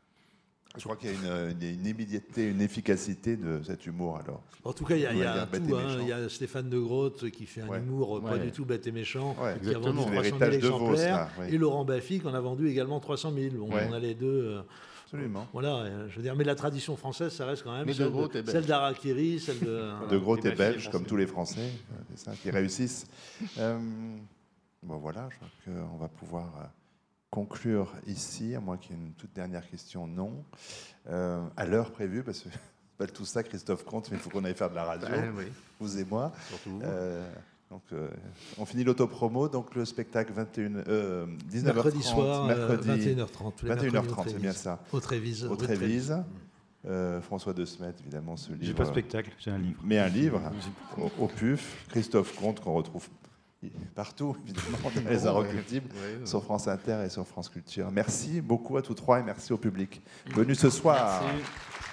Je crois qu'il y a une, une, une immédiateté, une efficacité de cet humour alors. En tout cas, il y a, il y a tout. Hein. Il y a Stéphane de Groot qui fait un ouais. humour ouais. pas du tout bête et méchant, ouais, qui a vendu trois cent mille exemplaires, Vos, ouais. et Laurent Baffy qui en a vendu également trois cent mille. Bon, ouais. On a les deux. Euh, Absolument. Voilà, je veux dire, mais la tradition française, ça reste quand même mais celle, de de, celle d'Harakiri, celle de. De Groot est belge, comme tous les Français, c'est ça, qui réussissent. Euh, bon voilà, je crois qu'on va pouvoir conclure ici, à moins qu'il y ait une toute dernière question, non. Euh, à l'heure prévue, parce que c'est pas tout ça, Christophe Comte, mais il faut qu'on aille faire de la radio, ah, oui. vous et moi. Surtout. Euh, donc, euh, on finit l'autopromo, donc le spectacle vingt et une, euh, dix-neuf heures trente, mercredi soir, mercredi, vingt et une heures trente, vingt et une heures trente, c'est bien ça. Au Trévise. Au Trévise. Euh, François de Smet, évidemment, ce livre. J'ai pas de spectacle, j'ai un livre. Mais un livre, au, au P U F, Christophe Comte, qu'on retrouve partout, évidemment, dans les Inrecuptibles, ouais, ouais. sur France Inter et sur France Culture. Merci beaucoup à tous trois et merci au public venu ce soir. Merci.